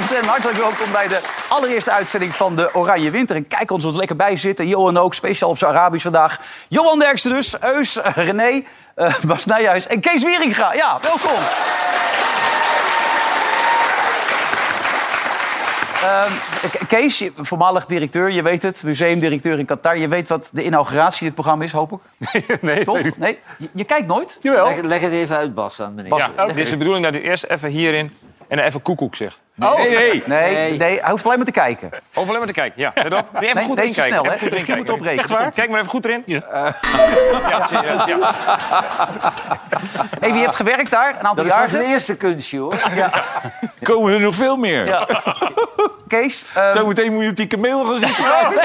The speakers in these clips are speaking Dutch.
en hartelijk welkom bij de allereerste uitzending van de Oranje Winter. En kijk ons lekker bij zitten. Johan ook, speciaal op zijn Arabisch vandaag. Johan Derksen dus, Eus, René, Bas Nijhuis en Kees Wieringa. Ja, welkom. Kees, voormalig directeur, je weet het, museumdirecteur in Qatar. Je weet wat de inauguratie in dit programma is, hoop ik? Nee, toch? Nee? Je kijkt nooit? Jawel. Leg het even uit, Bas, aan meneer. Ja, het is de bedoeling dat hij eerst even hierin en dan even koekoek zegt. Nee, hij hoeft alleen maar te kijken. Of alleen maar te kijken, ja. Let op. Even goed erin snel, kijken. hè? Even goed erin Je moet kijken. oprekenen. Echt waar? Kijk maar even goed erin. Ja. Even, je hebt gewerkt daar, een aantal Dat is jaar. pas het eerste kunstje, hoor. Komen er nog veel meer? Ja. Kees? Zometeen moet je op die kameel gaan zitten.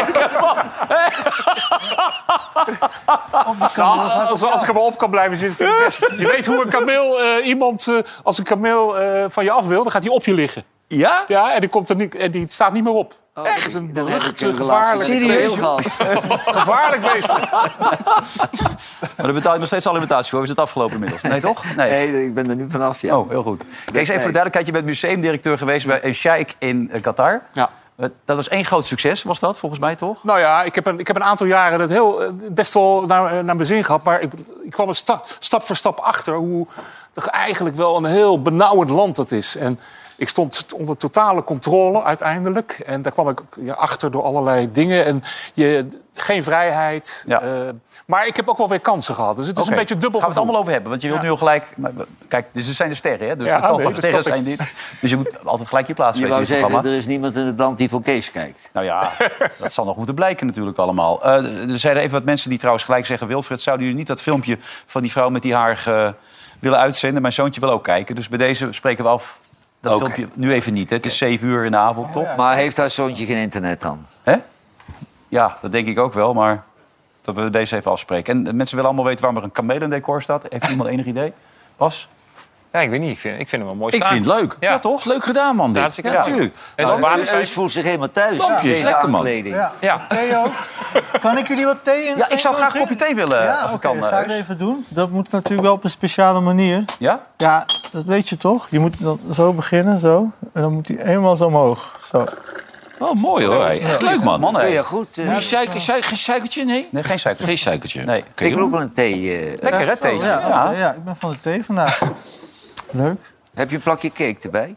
Als ik er maar op kan blijven zitten, vind ik best. Je weet hoe een kameel als een kameel van je af wil, dan gaat hij op je liggen. Ja? Ja, en die komt er niet, en die staat niet meer op. Oh, Dat is een dan heb ik een gevaarlijk, serieus gehad. gevaarlijk beest. Maar daar betaal je nog steeds alimentatie voor. Is het afgelopen inmiddels? Nee, toch? Nee, ik ben er nu vanaf, ja. Oh, heel goed. Kees, even voor de duidelijkheid. Je bent museumdirecteur geweest bij een sheik in Qatar. Ja. Dat was één groot succes, was dat, volgens mij, toch? Nou ja, ik heb een aantal jaren het best wel naar mijn zin gehad. Maar ik kwam er stap voor stap achter hoe toch eigenlijk wel een heel benauwend land dat is. En ik stond onder totale controle uiteindelijk. En daar kwam ik achter door allerlei dingen. En geen vrijheid. Ja. Maar ik heb ook wel weer kansen gehad. Dus het is een beetje dubbel Gaan we het gevoel. allemaal over hebben. Want je wilt nu al gelijk... Kijk, dus er zijn de sterren, hè? Dus Ja, de talpige dat sterren snap ik. zijn dit. Dus je moet altijd gelijk je plaats Je weten in wou het zeggen, programma. er is niemand in het land die voor Kees kijkt. Nou ja, dat zal nog moeten blijken natuurlijk allemaal. Er zijn er even wat mensen die trouwens gelijk zeggen... Wilfred, zouden jullie niet dat filmpje van die vrouw met die haar willen uitzenden? Mijn zoontje wil ook kijken. Dus bij deze spreken we af dat filmpje nu even niet. Hè? Het is 7 uur in de avond, toch? Maar heeft haar zoontje geen internet dan? Hè? Ja, dat denk ik ook wel, maar dat we deze even afspreken. En mensen willen allemaal weten waarom er een kamelendecor staat. Heeft iemand enig idee? Bas? Ja, ik weet niet. Ik vind hem wel mooi Ik staan. vind het leuk. Ja. toch? Leuk gedaan, man. Dit. hartstikke Ja, leuk. natuurlijk. En zo'n waterfeit. Eus voelt zich helemaal thuis. Lampjes, Deze lekker, man. aankleding. Ja. Ja. Thee ook. Kan ik jullie wat thee inschenken? Ja, ik zou graag een kopje thee willen, Ja, als het oké, kan. dat ga ik Eus. even doen. Dat moet natuurlijk wel op een speciale manier. Ja? Ja, dat weet je toch? Je moet dan zo beginnen, zo. En dan moet hij helemaal zo omhoog. Zo. Oh, mooi hoor. Echt leuk, man. Man, Kun hè? je goed. Geen suikertje? Nee? Nee, geen suiker. Geen suikertje. Nee. Ik wil ook wel een thee. Lekker, hè, theetje? Ja, Ja. oké, ja, ik ben van de thee vandaag. Leuk. Heb je een plakje cake erbij?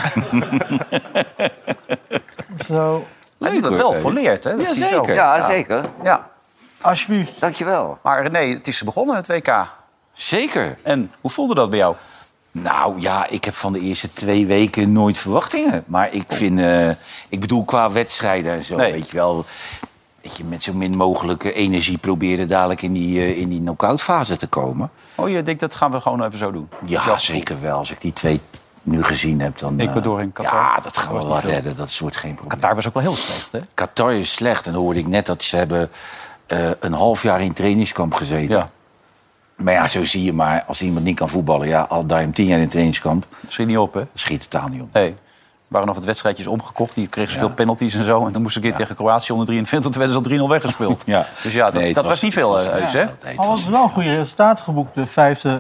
Zo, Hij doet dat wel hoor. volleerd, hè? Dat Ja, zie je zo. zeker. Ja, zeker. Ja. alsjeblieft. Dankjewel. Maar René, het is begonnen, het WK. Zeker. En hoe voelde dat bij jou? Nou ja, ik heb van de eerste 2 weken nooit verwachtingen. Maar ik vind, ik bedoel qua wedstrijden en zo, Nee. weet je wel. Dat je met zo min mogelijke energie proberen dadelijk in die knock-out fase te komen. Oh, je denkt, dat gaan we gewoon even zo doen? Ja, zeker wel. Als ik die 2 nu gezien heb, dan... Ecuador en Qatar. Ja, dat gaan we Was wel niet veel. redden. Dat wordt geen probleem. Qatar was ook wel heel slecht, hè? Qatar is slecht. En dan hoorde ik net dat ze hebben een half jaar in trainingskamp gezeten. Ja. Maar ja, zo zie je maar. Als iemand niet kan voetballen, ja, al daar 10 jaar in trainingskamp, Schiet niet op, hè? dat schiet totaal niet op. Nee. Er waren nog wat wedstrijdjes omgekocht. Die kregen zoveel penalties en zo. En dan moest ik een keer tegen Kroatië onder 23. Toen werden ze al 3-0 weggespeeld. Ja. Dus ja, Nee, het dat was niet veel, Eus, hè? Al was wel een goede resultaat geboekt. De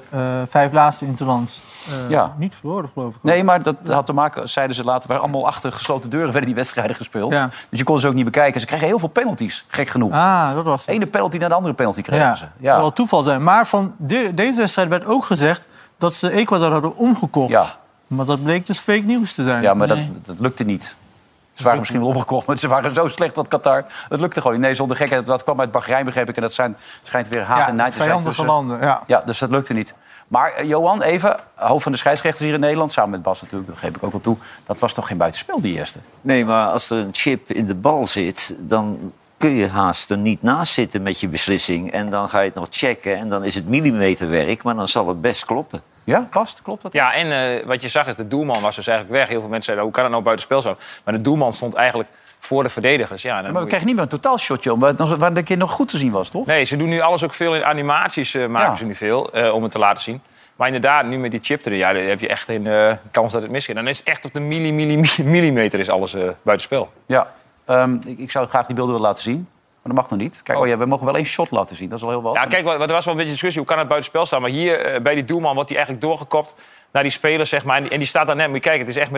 5 laatste interlands. Ja. Niet verloren, geloof ik. Nee, maar dat had te maken, zeiden ze later... waren allemaal achter gesloten deuren werden die wedstrijden gespeeld. Ja. Dus je kon ze ook niet bekijken. Ze kregen heel veel penalties, gek genoeg. Ah, dat was De het. ene penalty naar de andere penalty kregen Ja, ze. het zal Ja. wel toeval zijn. Maar van deze wedstrijd werd ook gezegd dat ze Ecuador hadden omgekocht. Ja. Maar dat bleek dus fake nieuws te zijn. Ja, maar dat lukte niet. Ze waren misschien wel opgekocht, maar ze waren zo slecht dat Qatar... Het lukte gewoon niet. Nee, zonder gekheid. Dat kwam uit Bahrein, begreep ik. En dat schijnt weer haat en nijd te zijn vijandige tussen... landen. Ja. Ja, dus dat lukte niet. Maar Johan, even, hoofd van de scheidsrechters hier in Nederland... samen met Bas natuurlijk, dat geef ik ook wel toe... dat was toch geen buitenspel, die eerste? Nee, maar als er een chip in de bal zit, dan kun je haast er niet naast zitten met je beslissing. En dan ga je het nog checken en dan is het millimeterwerk, maar dan zal het best kloppen. Ja, Kast, klopt dat? Ja, en wat je zag is, de doelman was dus eigenlijk weg. Heel veel mensen zeiden, hoe kan het nou buitenspel zo? Maar de doelman stond eigenlijk voor de verdedigers. Ja, dan Maar we moet je- kregen niet meer een totaalshotje om, waar de keer nog goed te zien was, toch? Nee, ze doen nu alles ook veel in animaties, maken Ja. ze nu veel, om het te laten zien. Maar inderdaad, nu met die chip erin, ja, dan heb je echt een kans dat het misgaat. Dan is het echt op de millimeter is alles buitenspel. Ja, ik zou graag die beelden willen laten zien. Maar dat mag nog niet. Kijk, oh ja, we mogen wel 1 shot laten zien. Dat is al heel wat. Ja, kijk, er was wel een beetje discussie. Hoe kan het buitenspel staan? Maar hier bij die doelman wordt hij eigenlijk doorgekopt naar die speler, zeg maar. En die staat daar net. Moet je kijken, het is echt met een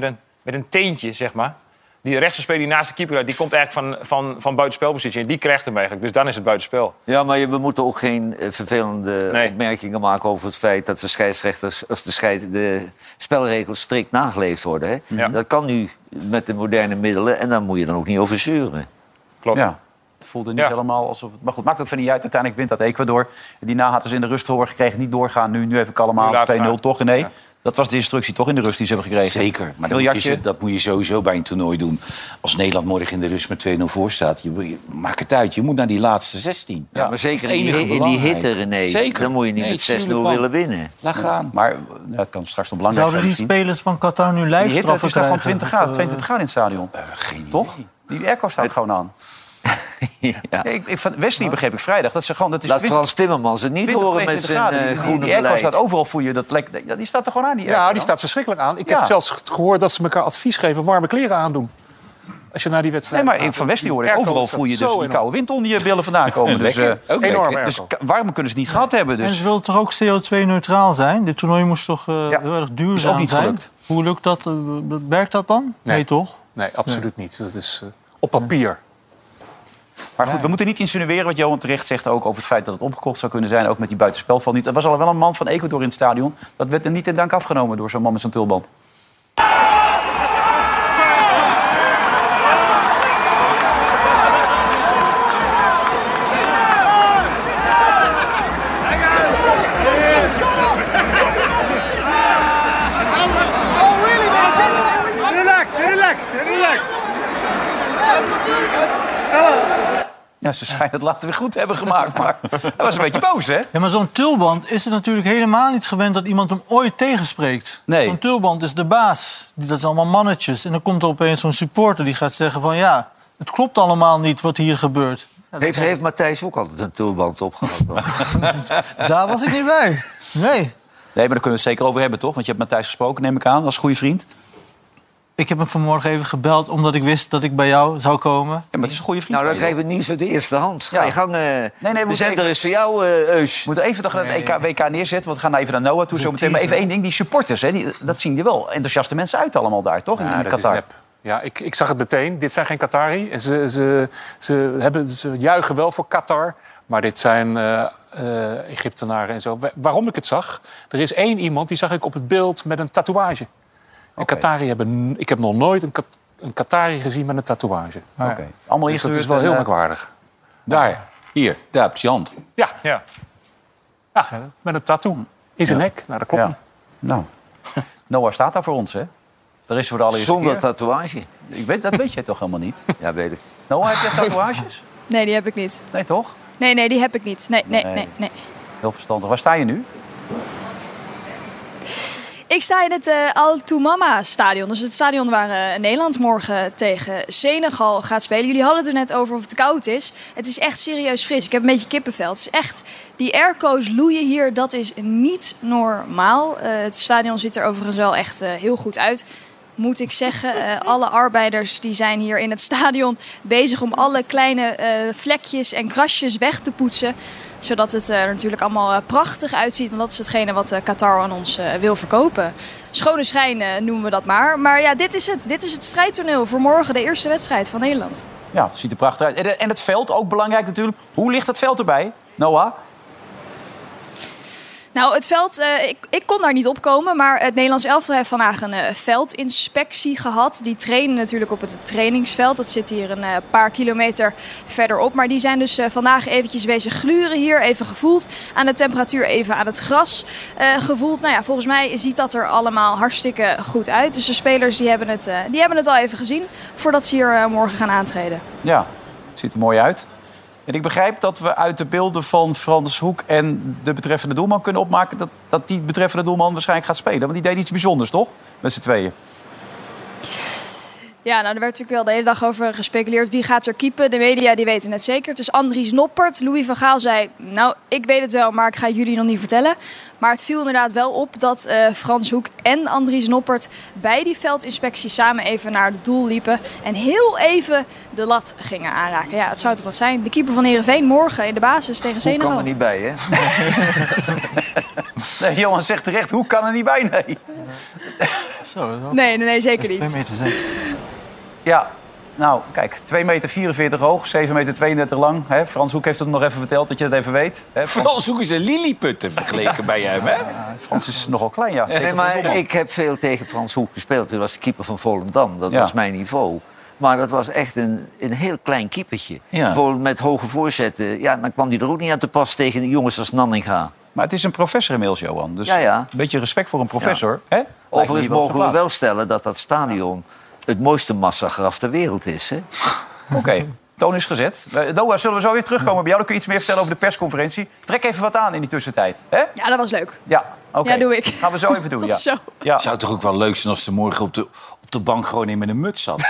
met een teentje, zeg maar. Die rechtse speler die naast de keeper, die komt eigenlijk van buitenspelpositie. En die krijgt hem eigenlijk. Dus dan is het buitenspel. Ja, maar we moeten ook geen vervelende opmerkingen maken over het feit dat de scheidsrechters of de spelregels strikt nageleefd worden. Hè? Ja. Dat kan nu met de moderne middelen en daar moet je dan ook niet over zeuren. Klopt. Ja. Het voelde niet helemaal alsof het... Maar goed, maakt ook van niet uit. Uiteindelijk wint dat Ecuador. Die hadden ze in de rust te horen gekregen. Niet doorgaan. Nu even allemaal 2-0 toch? Nee. Ja. Dat was de instructie toch in de rust die ze hebben gekregen? Zeker, maar dat moet je sowieso bij een toernooi doen. Als Nederland morgen in de rust met 2-0 voor staat, maak het uit. Je moet naar die laatste 16. Ja, maar zeker in die hitte, René. Zeker. Dan moet je niet met 6-0 willen winnen. Laat gaan. Maar het kan straks nog belangrijk zijn. Zouden die spelers van Qatar nu lijfstraffen krijgen? Het is gewoon 22 graden in het stadion. Geen toch? Die airco staat gewoon aan. Ja. Van Wesley begreep ik vrijdag. Dat ze gewoon, dat is laat Frans Timmermans het niet horen met zijn groene die airco beleid. staat overal voor je. Die staat er gewoon aan, die airco. Ja, die staat verschrikkelijk aan. Ik heb zelfs gehoord dat ze elkaar advies geven warme kleren aandoen. Als je naar die wedstrijd maar van Wesley hoorde ik overal voel je dus die koude wind onder je billen vandaan komen. Dus, enorm. Dus warm kunnen ze niet gehad hebben. Dus. En ze willen toch ook CO2-neutraal zijn? Dit toernooi moest toch heel erg duurzaam zijn? Is ook niet gelukt. Hoe lukt dat? Werkt dat dan? Nee toch? Nee, absoluut niet. Dat is op papier. Maar goed, we moeten niet insinueren wat Johan terecht zegt ook over het feit dat het opgekocht zou kunnen zijn. Ook met die buitenspelval niet. Er was al wel een man van Ecuador in het stadion. Dat werd hem niet in dank afgenomen door zo'n man met zo'n tulband. Ja, ze schijnen het later weer goed te hebben gemaakt. Maar hij was een beetje boos, hè? Ja, maar zo'n tulband is het natuurlijk helemaal niet gewend dat iemand hem ooit tegenspreekt. Nee. Zo'n tulband is de baas. Dat zijn allemaal mannetjes. En dan komt er opeens zo'n supporter die gaat zeggen van... ja, het klopt allemaal niet wat hier gebeurt. Ja, heeft Matthijs ook altijd een tulband opgehad? Daar was ik niet bij. Nee. Nee, maar daar kunnen we het zeker over hebben, toch? Want je hebt Matthijs gesproken, neem ik aan, als goede vriend. Ik heb hem vanmorgen even gebeld omdat ik wist dat ik bij jou zou komen. Ja, maar het is een goede vriend. Nou, dan krijgen we nieuws uit de eerste hand. Ga je gang. De zender is voor jou, Eus. We moeten even nog het WK neerzetten, want we gaan even naar Noah toe zo meteen. Maar even één ding, die supporters, hè, dat zien je wel. Enthousiaste mensen uit allemaal daar, toch? Ja, in dat Qatar. is nep. Ja, ik zag het meteen. Dit zijn geen Qatari. En ze juichen wel voor Qatar. Maar dit zijn Egyptenaren en zo. Waarom ik het zag? Er is één iemand, die zag ik op het beeld met een tatoeage. En Qatari ik heb nog nooit een Qatari gezien met een tatoeage. Oké. Allemaal dus dat is wel heel merkwaardig. Daar, hier, daar op je hand. Ja, met een tattoo in zijn nek. Nou, dat klopt niet. Nou, Noah staat daar voor ons, hè? Daar is voor de allereerste Zonder keer. tatoeage. Dat weet jij toch helemaal niet? Ja, weet ik. Noah, heb jij tatoeages? Nee, die heb ik niet. Nee, toch? Nee, die heb ik niet. Nee. Heel verstandig. Waar sta je nu? Ik sta in het Al Toumama stadion. Dus het stadion waar Nederland morgen tegen Senegal gaat spelen. Jullie hadden het er net over of het koud is. Het is echt serieus fris. Ik heb een beetje kippenvel. Het is echt... Die airco's loeien hier, dat is niet normaal. Het stadion ziet er overigens wel echt heel goed uit. Moet ik zeggen, alle arbeiders die zijn hier in het stadion bezig om alle kleine vlekjes en krasjes weg te poetsen. Zodat het er natuurlijk allemaal prachtig uitziet. Want dat is hetgene wat Qatar aan ons wil verkopen. Schone schijn noemen we dat maar. Maar ja, dit is het. Dit is het strijdtoneel voor morgen, de eerste wedstrijd van Nederland. Ja, het ziet er prachtig uit. En het veld, ook belangrijk natuurlijk. Hoe ligt het veld erbij, Noah? Nou, het veld, ik kon daar niet opkomen, maar het Nederlands elftal heeft vandaag een veldinspectie gehad. Die trainen natuurlijk op het trainingsveld. Dat zit hier een paar kilometer verderop. Maar die zijn dus vandaag eventjes wezen gluren hier. Even gevoeld aan de temperatuur, even aan het gras gevoeld. Nou ja, volgens mij ziet dat er allemaal hartstikke goed uit. Dus de spelers die hebben het al even gezien voordat ze hier morgen gaan aantreden. Ja, het ziet er mooi uit. En ik begrijp dat we uit de beelden van Frans Hoek en de betreffende doelman kunnen opmaken dat die betreffende doelman waarschijnlijk gaat spelen. Want die deed iets bijzonders, toch? Met z'n tweeën. Ja, nou, er werd natuurlijk wel de hele dag over gespeculeerd. Wie gaat er keepen? De media die weten het zeker. Het is Andries Noppert. Louis van Gaal zei, nou, ik weet het wel, maar ik ga het jullie nog niet vertellen. Maar het viel inderdaad wel op dat Frans Hoek en Andries Noppert bij die veldinspectie samen even naar het doel liepen. En heel even de lat gingen aanraken. Ja, het zou toch wat zijn. De keeper van Heerenveen morgen in de basis tegen Senegal. Hoe kan er niet bij, hè? Nee, Johan zegt terecht, hoe kan er niet bij? Nee. Zo, dat is wel Nee, zeker 2 niet. meter zeker. Ja, nou, kijk, 2,44 meter hoog, 7,32 meter lang. Hè? Frans Hoek heeft het nog even verteld, dat je dat even weet. Hè? Frans Hoek is een lilliputter vergeleken bij hem, hè? Frans is nogal klein, ja. Nee, maar ik heb veel tegen Frans Hoek gespeeld. Hij was de keeper van Volendam. Dat Ja. was mijn niveau. Maar dat was echt een heel klein keepertje. Ja. Bijvoorbeeld met hoge voorzetten. Ja, dan kwam hij er ook niet aan te pas tegen de jongens als Nanninga. Maar het is een professor inmiddels, Johan. Dus Ja. een beetje respect voor een professor. Hè? Lijkt me Overigens niet wel op mogen we zijn wel stellen dat dat stadion het mooiste massagraf ter wereld is. Hè? plaats. Oké, toon is gezet. Noah, zullen we zo weer terugkomen bij jou? Dan kun je iets meer vertellen over de persconferentie. Trek even wat aan in die tussentijd. Hè? Ja, dat was leuk. Ja, oké. Ja, doe ik. Gaan we zo even doen, Tot ja. zo. Ja. Het zou toch ook wel leuk zijn als ze morgen op de bank gewoon in met een muts zat.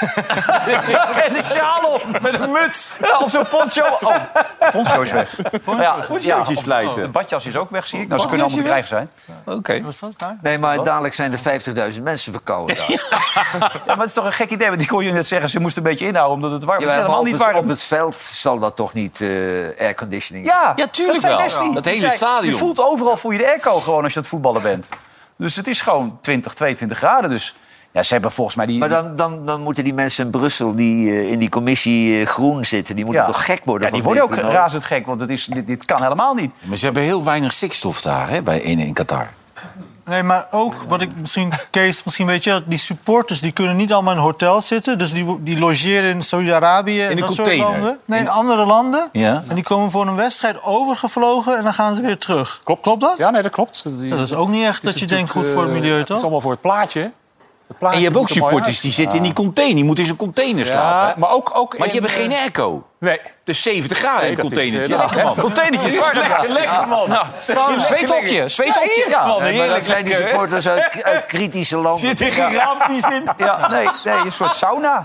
En die sjaal op, met een muts. Ja, of zo'n poncho. Oh, poncho is weg. Ponchootjes fluiten. De badjas is ook weg, zie ik. Nou, ze kunnen allemaal te krijgen zijn. Oké. Was dat daar? Nee, maar dadelijk zijn er 50.000 mensen verkouden daar. Ja, maar het is toch een gek idee. Want die kon je net zeggen, ze moesten een beetje inhouden omdat het warm was. Ja, Het is maar helemaal niet op warm. het veld zal dat toch niet airconditioning Ja, Ja, tuurlijk dat zei wel. Wesley. Dat Die hele zei, stadion. Je voelt overal voel je de airco gewoon als je aan het voetballen bent. Dus het is gewoon 20, 22 graden. Dus ja, ze hebben volgens mij die... Maar dan moeten die mensen in Brussel die in die commissie groen zitten... die moeten toch gek worden Ja, die van worden dit ook toernooi? razend gek, want dit kan helemaal niet. Maar ze hebben heel weinig stikstof daar, hè, in Qatar. Nee, maar ook wat ik misschien, Kees, misschien weet je dat die supporters die kunnen niet allemaal in hotels zitten. Dus die logeren in Saudi-Arabië en een dat container. soort landen. Nee, in andere landen. Ja. En die komen voor een wedstrijd overgevlogen en dan gaan ze weer terug. Klopt dat? Ja, nee, dat klopt. Dat is ook niet echt dat je denkt goed voor het milieu, Het is toch? allemaal voor het plaatje. hè? Het plaatje En je hebt ook moet er mooi supporters die zitten in die container. Die moeten in zo'n container slapen. Ja, hè? maar ook Maar die in, hebben geen airco. Nee. Dus 70 graden in het dat is, containertje. dat is Lekker, man. Containertjes, waar Lekker, man. Een zweethokje, zweethokje. Ja, Nee, maar dat zijn die supporters uit kritische landen. Zit er geen raampjes in? ja, nee, een soort sauna.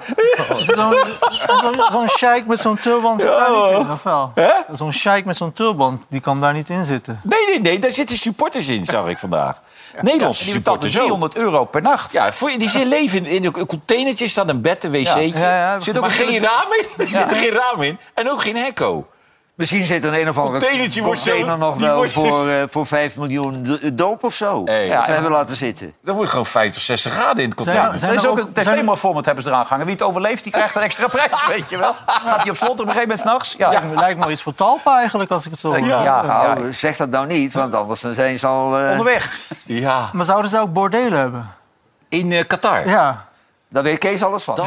Zo'n sheik met zo'n turban zit daar niet in, of wel? Zo'n sheik met zo'n turban, die kan daar niet in zitten. Nee, daar zitten supporters in, zag ik vandaag. Nederlandse Die betaalt supporters ook. €300 per nacht. Ja, die zitten leven in een containertje, staat een bed, een wc'tje. Ja, Zit ook geen raam in. Er zit er geen raam in. En ook geen hekko. Misschien zit er een of andere Containertje wordt zo- container nog die wel wordt- voor 5 miljoen doop of zo. Hey. Dat hebben we laten zitten. Dan wordt gewoon 50, 60 graden in het container. Er is ook een tv-format hebben ze eraan gehangen. Wie het overleeft, die krijgt een extra prijs, weet je wel. Gaat hij op slot op een gegeven moment 's nachts? Ja. Lijkt me wel iets voor Talpa eigenlijk, als ik het zo hoor. Ja. Nou, zeg dat nou niet, want anders dan zijn ze al... Onderweg. Ja. Maar zouden ze ook bordelen hebben? In Qatar. Ja. Daar weet Kees alles van.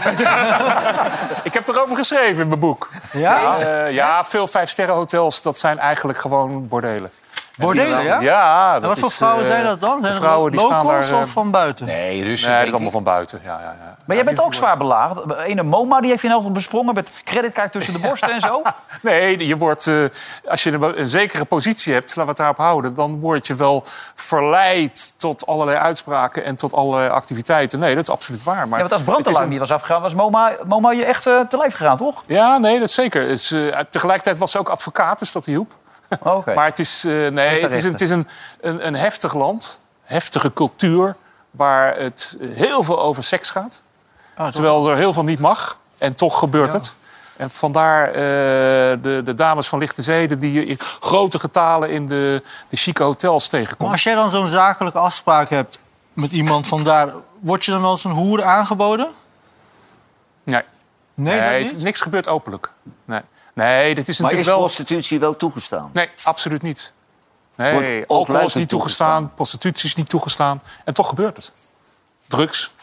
Ik heb erover geschreven in mijn boek. Ja? Ja, veel 5-sterrenhotels, dat zijn eigenlijk gewoon bordelen. Bordelen, ja? Ja, dat En wat voor is, vrouwen zijn dat dan? de Zijn het vrouwen die staan locals daar, of van buiten? Nee, Russen. Nee, dat denk is allemaal ik. van buiten. Ja. Maar jij bent ook zwaar belaagd. Ene Moma die heeft je nou besprongen met creditkaart tussen de borsten en zo. Nee, je wordt, als je een zekere positie hebt, laten we het daarop houden... dan word je wel verleid tot allerlei uitspraken en tot allerlei activiteiten. Nee, dat is absoluut waar. Maar Ja, want als het is brandalarm hier was afgegaan, was Moma je echt te lijf gegaan, toch? Ja, nee, dat is zeker. Tegelijkertijd was ze ook advocaat, dus dat hielp. Oké. Maar het is, het is een heftig land, heftige cultuur... waar het heel veel over seks gaat. Terwijl er heel veel niet mag. En toch gebeurt het. En vandaar de dames van lichte zeden... die je in grote getalen in de chique hotels tegenkomt. Maar als jij dan zo'n zakelijke afspraak hebt met iemand vandaar... word je dan als een hoer aangeboden? Nee, Nee, dat niet? niks gebeurt openlijk. Nee, dit is Maar is natuurlijk wel... prostitutie wel toegestaan? Nee, absoluut niet. Nee, Wordt alcohol is luidend niet toegestaan, prostitutie is niet toegestaan. En toch gebeurt het. Drugs.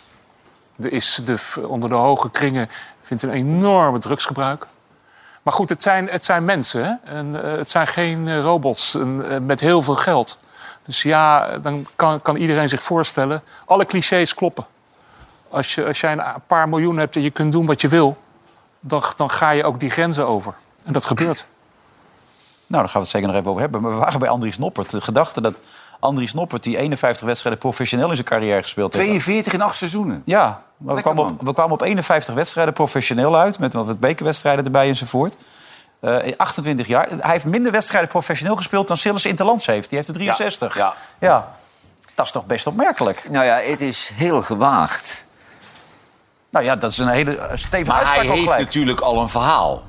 Onder de hoge kringen vindt een enorme drugsgebruik. Maar goed, het zijn mensen. Hè? En, het zijn geen robots met heel veel geld. Dus ja, dan kan iedereen zich voorstellen... alle clichés kloppen. Als jij een paar miljoen hebt en je kunt doen wat je wil... dan ga je ook die grenzen over. En dat gebeurt. Nou, daar gaan we het zeker nog even over hebben. Maar we waren bij Andries Noppert. De gedachte dat Andries Noppert, die 51 wedstrijden professioneel in zijn carrière gespeeld heeft... 42 in 8 seizoenen. Ja, maar Lekker, we kwamen op 51 wedstrijden professioneel uit... met wat bekerwedstrijden erbij enzovoort. 28 jaar. Hij heeft minder wedstrijden professioneel gespeeld dan Sillis Interlands heeft. Die heeft er 63. Ja. Dat is toch best opmerkelijk. Nou ja, het is heel gewaagd. Nou ja, dat is een hele stevige Maar hij uitspraak ook heeft gelijk. natuurlijk al een verhaal.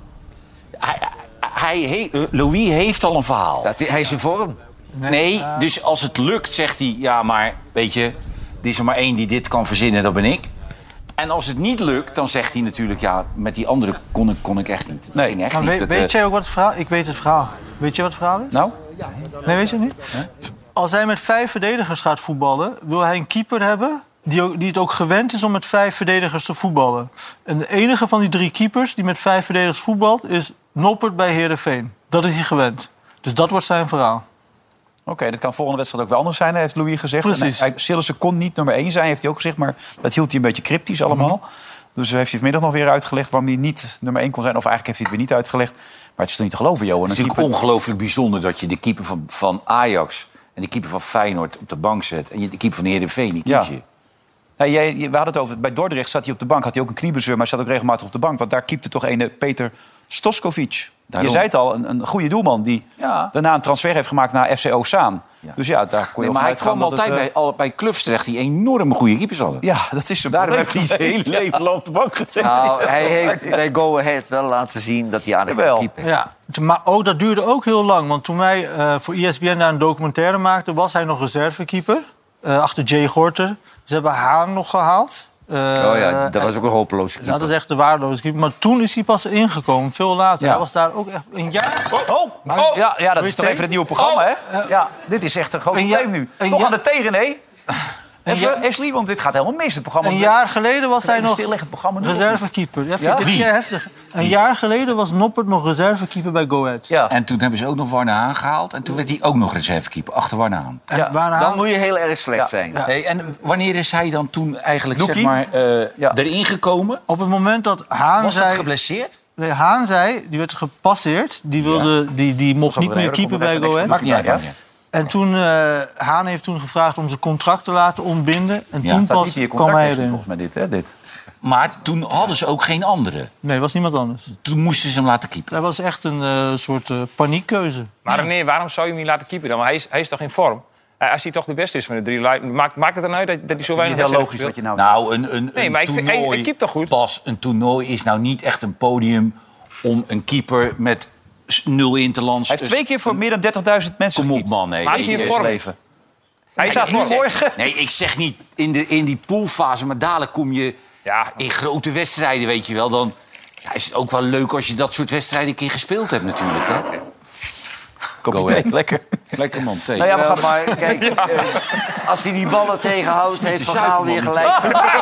Louis heeft al een verhaal. Ja, hij is in vorm. Nee, dus als het lukt, zegt hij... ja, maar weet je, er is er maar één die dit kan verzinnen, dat ben ik. En als het niet lukt, dan zegt hij natuurlijk... ja, met die andere kon ik echt niet. Dat ging echt Maar niet. weet jij ook wat het verhaal... Ik weet het verhaal. Weet je wat het verhaal is? Nou? Nee, weet je het niet? Als hij met 5 verdedigers gaat voetballen... wil hij een keeper hebben die het ook gewend is om met 5 verdedigers te voetballen. En de enige van die 3 keepers die met 5 verdedigers voetbalt... is Noppert bij Heerenveen. Dat is hij gewend. Dus dat wordt zijn verhaal. Oké, dat kan volgende wedstrijd ook wel anders zijn, heeft Louis gezegd. Precies. Sillissen kon niet nummer 1 zijn, heeft hij ook gezegd. Maar dat hield hij een beetje cryptisch allemaal. Dus heeft hij vanmiddag nog weer uitgelegd waarom hij niet nummer 1 kon zijn. Of eigenlijk heeft hij het weer niet uitgelegd. Maar het is toch niet te geloven, Johan? Het is natuurlijk ongelooflijk bijzonder dat je de keeper van Ajax... en de keeper van Feyenoord op de bank zet. En de keeper van de Heerenveen, die kies je. Nou, we hadden het over, bij Dordrecht zat hij op de bank. Had hij ook een knieblessure, maar zat ook regelmatig op de bank. Want daar keepte toch een Peter Stoskovic. Daarom. Je zei het al, een goede doelman die daarna een transfer heeft gemaakt naar FC Ozaan. Ja. Dus ja, daar kon je maar hij kwam altijd bij clubs terecht die enorme goede keepers hadden. Ja, dat is een probleem. Heeft hij zijn hele leven lang op de bank gezeten. Nou, hij heeft bij Go Ahead wel laten zien dat hij aardig kan keepen. Ja, maar ook, dat duurde ook heel lang. Want toen wij voor ESPN daar een documentaire maakten... was hij nog reservekeeper, achter Jay Gorter. Ze hebben Haan nog gehaald. Dat was ook een hopeloze keeper. Dat is echt de waardeloze keeper. Maar toen is hij pas ingekomen, veel later. Hij was daar ook echt een jaar... Ja, dat is toch even het nieuwe programma, hè? Ja, dit is echt een groot probleem nu. Toch aan de tegen, hè? Even, Ashley, want dit gaat helemaal mis, het programma. Een jaar geleden was hij nog reservekeeper. Wie? Heftig. Een jaar geleden was Noppert nog reservekeeper bij Go Ahead. Ja. En toen hebben ze ook nog Warne Haan gehaald. En toen werd hij ook nog reservekeeper, achter Warne Haan. Dan moet je heel erg slecht zijn. Ja. Hey, en wanneer is hij dan toen eigenlijk erin gekomen? Op het moment dat Haan was dat geblesseerd? Nee, Haan zei, die werd gepasseerd. Die mocht niet meer keeper bij Go Ahead. Maakt niet uit. En toen, Haan heeft toen gevraagd om zijn contract te laten ontbinden. En toen pas kwam hij erin. Volgens mij dit. Maar toen hadden ze ook geen andere. Nee, was niemand anders. Toen moesten ze hem laten keepen. Dat was echt een soort paniekkeuze. Maar René, waarom zou je hem niet laten keepen dan? Want hij is toch in vorm? Als hij toch de beste is van de 3, maakt het dan uit dat hij zo weinig heel logisch wat je nou nee, maar hij keept toch goed? Pas, een toernooi is nou niet echt een podium om een keeper met 0 interlands... Hij heeft 2 keer voor meer dan 30.000 mensen Kom op, man. Nee, maar hij is in vorm. Leven. Hij staat niet morgen. Nee, ik zeg niet in die poolfase, maar dadelijk kom je in grote wedstrijden, weet je wel. Dan is het ook wel leuk als je dat soort wedstrijden een keer gespeeld hebt natuurlijk, hè? Kopje thee, lekker. Lekker man, thee. Nou ja, maar kijk, als hij die ballen tegenhoudt, heeft Van Gaal weer gelijk.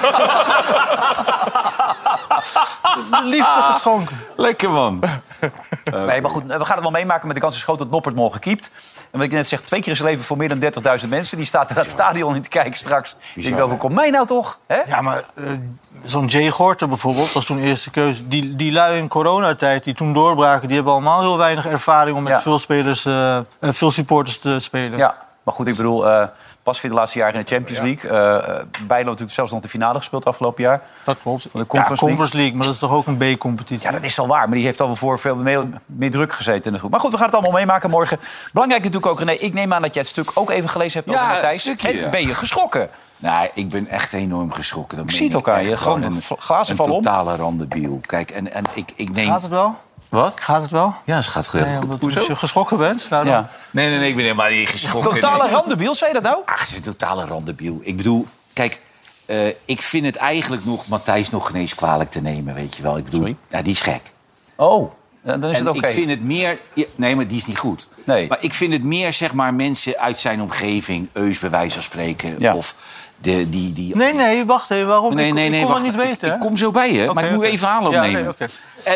Liefde geschonken. Lekker man. Nee, maar goed, we gaan het wel meemaken met de kans is groot dat Noppert morgen keept. En wat ik net zeg, 2 keer in zijn leven voor meer dan 30.000 mensen. Die staat in het stadion in te kijken straks. Ik denk, overkomt mij nou toch? Hè? Ja, maar zo'n Jay Gorter bijvoorbeeld, was toen eerste keuze. Die lui in coronatijd, die toen doorbraken... die hebben allemaal heel weinig ervaring om met veel supporters te spelen. Ja, maar goed, ik bedoel... Pas weer de laatste jaren in de Champions League. Bijlo natuurlijk zelfs nog de finale gespeeld afgelopen jaar. Dat klopt. Van de Conference League, maar dat is toch ook een B-competitie? Ja, dat is wel waar. Maar die heeft al wel voor veel meer druk gezeten in de groep. Maar goed, we gaan het allemaal meemaken morgen. Belangrijk natuurlijk ook, René. Ik neem aan dat jij het stuk ook even gelezen hebt over Matthijs. En ben je geschrokken? Nou, ik ben echt enorm geschrokken. Ik zie het ook aan je. Gewoon een glazen val om. Een totale randebiel. Kijk, en ik neem... Gaat het wel? Wat? Gaat het wel? Ja, het gaat goed. Als je geschrokken bent? Nou dan... Nee, ik ben helemaal niet geschrokken. Totale randebiel, zei je dat nou? Ach, het is een totale randebiel. Ik bedoel, kijk, ik vind het eigenlijk nog Matthijs nog geen eens kwalijk te nemen, weet je wel. Ik bedoel, ja, die is gek. Oh, dan is het oké. Ik vind het meer... Nee, maar die is niet goed. Nee. Maar ik vind het meer, zeg maar, mensen uit zijn omgeving... Eus bij wijze van spreken, Ja. of... Nee, wacht even. Waarom? Nee, ik kon wacht. dat niet weten. Ik kom zo bij je, maar ik moet even aanloop nemen. Ja,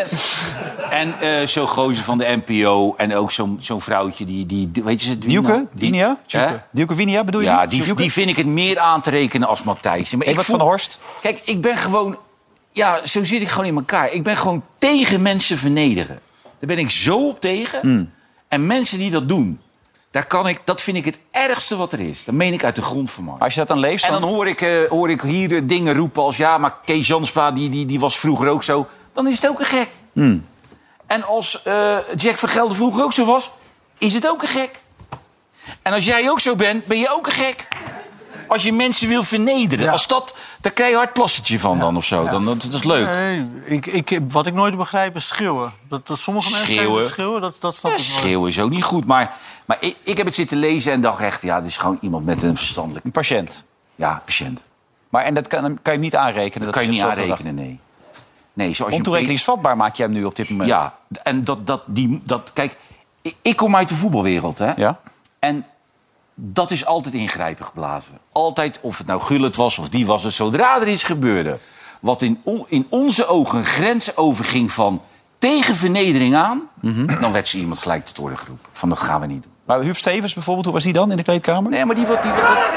En zo'n gozer van de NPO en ook zo'n vrouwtje die weet je ze? Dielke? Winia? Dielke Winia bedoel je? Ja, die vind ik het meer aantrekenen als Matthijs. Maar Evert van der Horst? Kijk, ik ben gewoon... Ja, zo zit ik gewoon in elkaar. Ik ben gewoon tegen mensen vernederen. Daar ben ik zo op tegen. En mensen die dat doen... Dat vind ik het ergste wat er is. Dat meen ik uit de grond van mij. Als je dat dan leest... En dan hoor ik hier dingen roepen als... ja, maar Kees Jansma die was vroeger ook zo. Dan is het ook een gek. En als Jack van Gelder vroeger ook zo was... is het ook een gek. En als jij ook zo bent, ben je ook een gek. Als je mensen wil vernederen. Ja. Daar krijg je een hard plassetje van dan of zo. Ja. Dat is leuk. Nee, wat ik nooit begrijp is schreeuwen. Dat sommige mensen schreeuwen, dat snap ik nooit. Schreeuwen is ook niet goed. Maar ik heb het zitten lezen en dacht echt... ja, dit is gewoon iemand met een verstandelijk... Een patiënt. Ja, patiënt. Maar en dat kan je hem niet aanrekenen? Dat kan je niet zoveel aanrekenen, nee. Nee, zoals je ontoerekeningsvatbaar maak je hem nu op dit moment. Ja, en kijk, ik kom uit de voetbalwereld, hè. Ja? En dat is altijd ingrijpen geblazen. Altijd, of het nou Gullit was of die was het, zodra er iets gebeurde... wat in onze ogen een grens overging van tegen vernedering aan... dan werd ze iemand gelijk te toren geroepen. Van, dat gaan we niet doen. Maar Huub Stevens bijvoorbeeld, hoe was die dan in de kleedkamer? Nee, maar dat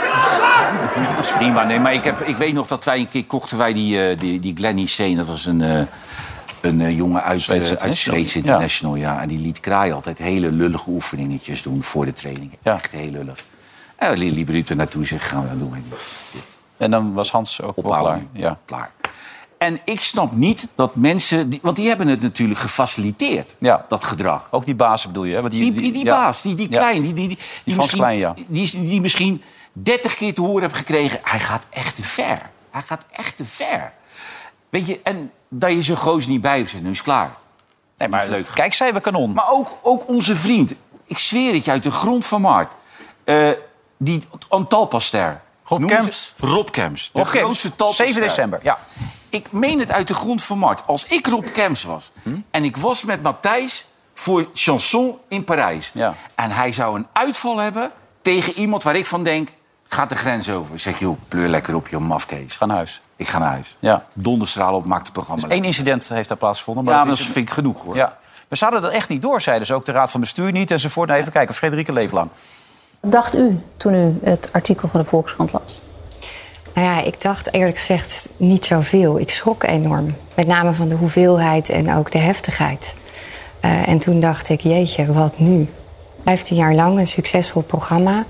is prima. Nee, maar ik weet nog dat wij een keer kochten wij die Glennie Steen. Dat was een jongen uit Zweeds International. Ja. En die liet Kraai altijd hele lullige oefeningetjes doen voor de training. Ja. Echt heel lullig. En Lili Brute naartoe zegt, gaan we dat doen. Dit. En dan was Hans ook klaar. Ja. Klaar. En ik snap niet dat mensen... want die hebben het natuurlijk gefaciliteerd, dat gedrag. Ook die baas bedoel je? Hè? Want die baas, die klein. Die misschien, klein, ja. Die misschien 30 keer te horen heeft gekregen... hij gaat echt te ver. Hij gaat echt te ver. Weet je, en dat je zo'n goos niet bij hebt, nu is het klaar. Nee, maar kijk, zij we kanon. Maar ook onze vriend, ik zweer het je uit de grond van Maart... die Talpaster... Rob Kemps. Rob Kemps. De grootste Talpaster. 7 december, ja. Ik meen het uit de grond van Mart. Als ik Rob Kemps was en ik was met Matthijs voor Chanson in Parijs... Ja. en hij zou een uitval hebben tegen iemand waar ik van denk... gaat de grens over. Zeg, joh, pleur lekker op, joh, mafkees. Ga naar huis. Ik ga naar huis. Ja. Donderstraal op, maakt het programma. Dus 1 incident heeft daar plaatsgevonden. Maar ja, dat vind ik genoeg, hoor. Ja. We zouden dat echt niet door, zeiden ze. Ook de Raad van Bestuur niet enzovoort. Nou, even kijken, Frederike Leeflang. Wat dacht u toen u het artikel van de Volkskrant las? Nou ja, ik dacht eerlijk gezegd niet zoveel. Ik schrok enorm. Met name van de hoeveelheid en ook de heftigheid. En toen dacht ik, jeetje, wat nu? 15 jaar lang een succesvol programma.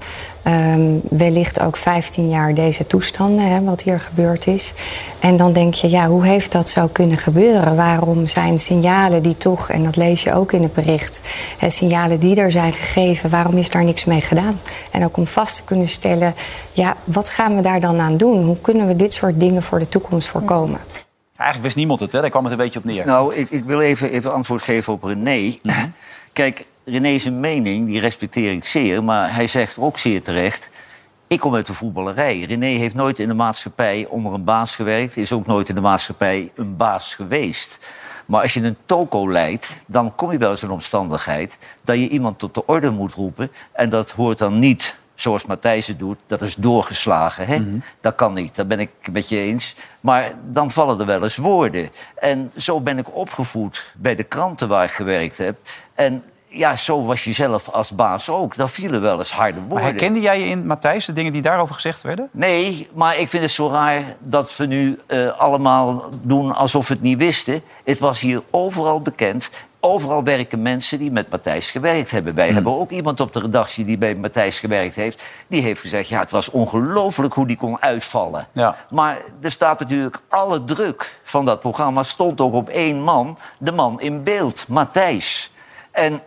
Wellicht ook 15 jaar deze toestanden, hè, wat hier gebeurd is. En dan denk je, ja, hoe heeft dat zo kunnen gebeuren? Waarom zijn signalen die toch, en dat lees je ook in het bericht... signalen die er zijn gegeven, waarom is daar niks mee gedaan? En ook om vast te kunnen stellen, ja, wat gaan we daar dan aan doen? Hoe kunnen we dit soort dingen voor de toekomst voorkomen? Eigenlijk wist niemand het, hè? Daar kwam het een beetje op neer. Nou, ik wil even antwoord geven op René. Kijk, René's mening, die respecteer ik zeer... maar hij zegt ook zeer terecht... ik kom uit de voetballerij. René heeft nooit in de maatschappij onder een baas gewerkt... is ook nooit in de maatschappij een baas geweest. Maar als je een toko leidt, dan kom je wel eens in omstandigheid... dat je iemand tot de orde moet roepen... en dat hoort dan niet... zoals Matthijs het doet, dat is doorgeslagen. Hè? Dat kan niet, dat ben ik met je eens. Maar dan vallen er wel eens woorden. En zo ben ik opgevoed bij de kranten waar ik gewerkt heb. En ja, zo was je zelf als baas ook. Daar vielen wel eens harde woorden. Maar herkende jij je in Matthijs, de dingen die daarover gezegd werden? Nee, maar ik vind het zo raar dat we nu allemaal doen alsof we het niet wisten. Het was hier overal bekend... Overal werken mensen die met Matthijs gewerkt hebben. Wij hebben ook iemand op de redactie die bij Matthijs gewerkt heeft. Die heeft gezegd, ja, het was ongelooflijk hoe die kon uitvallen. Ja. Maar er staat natuurlijk alle druk van dat programma... stond ook op 1 man, de man in beeld, Matthijs. En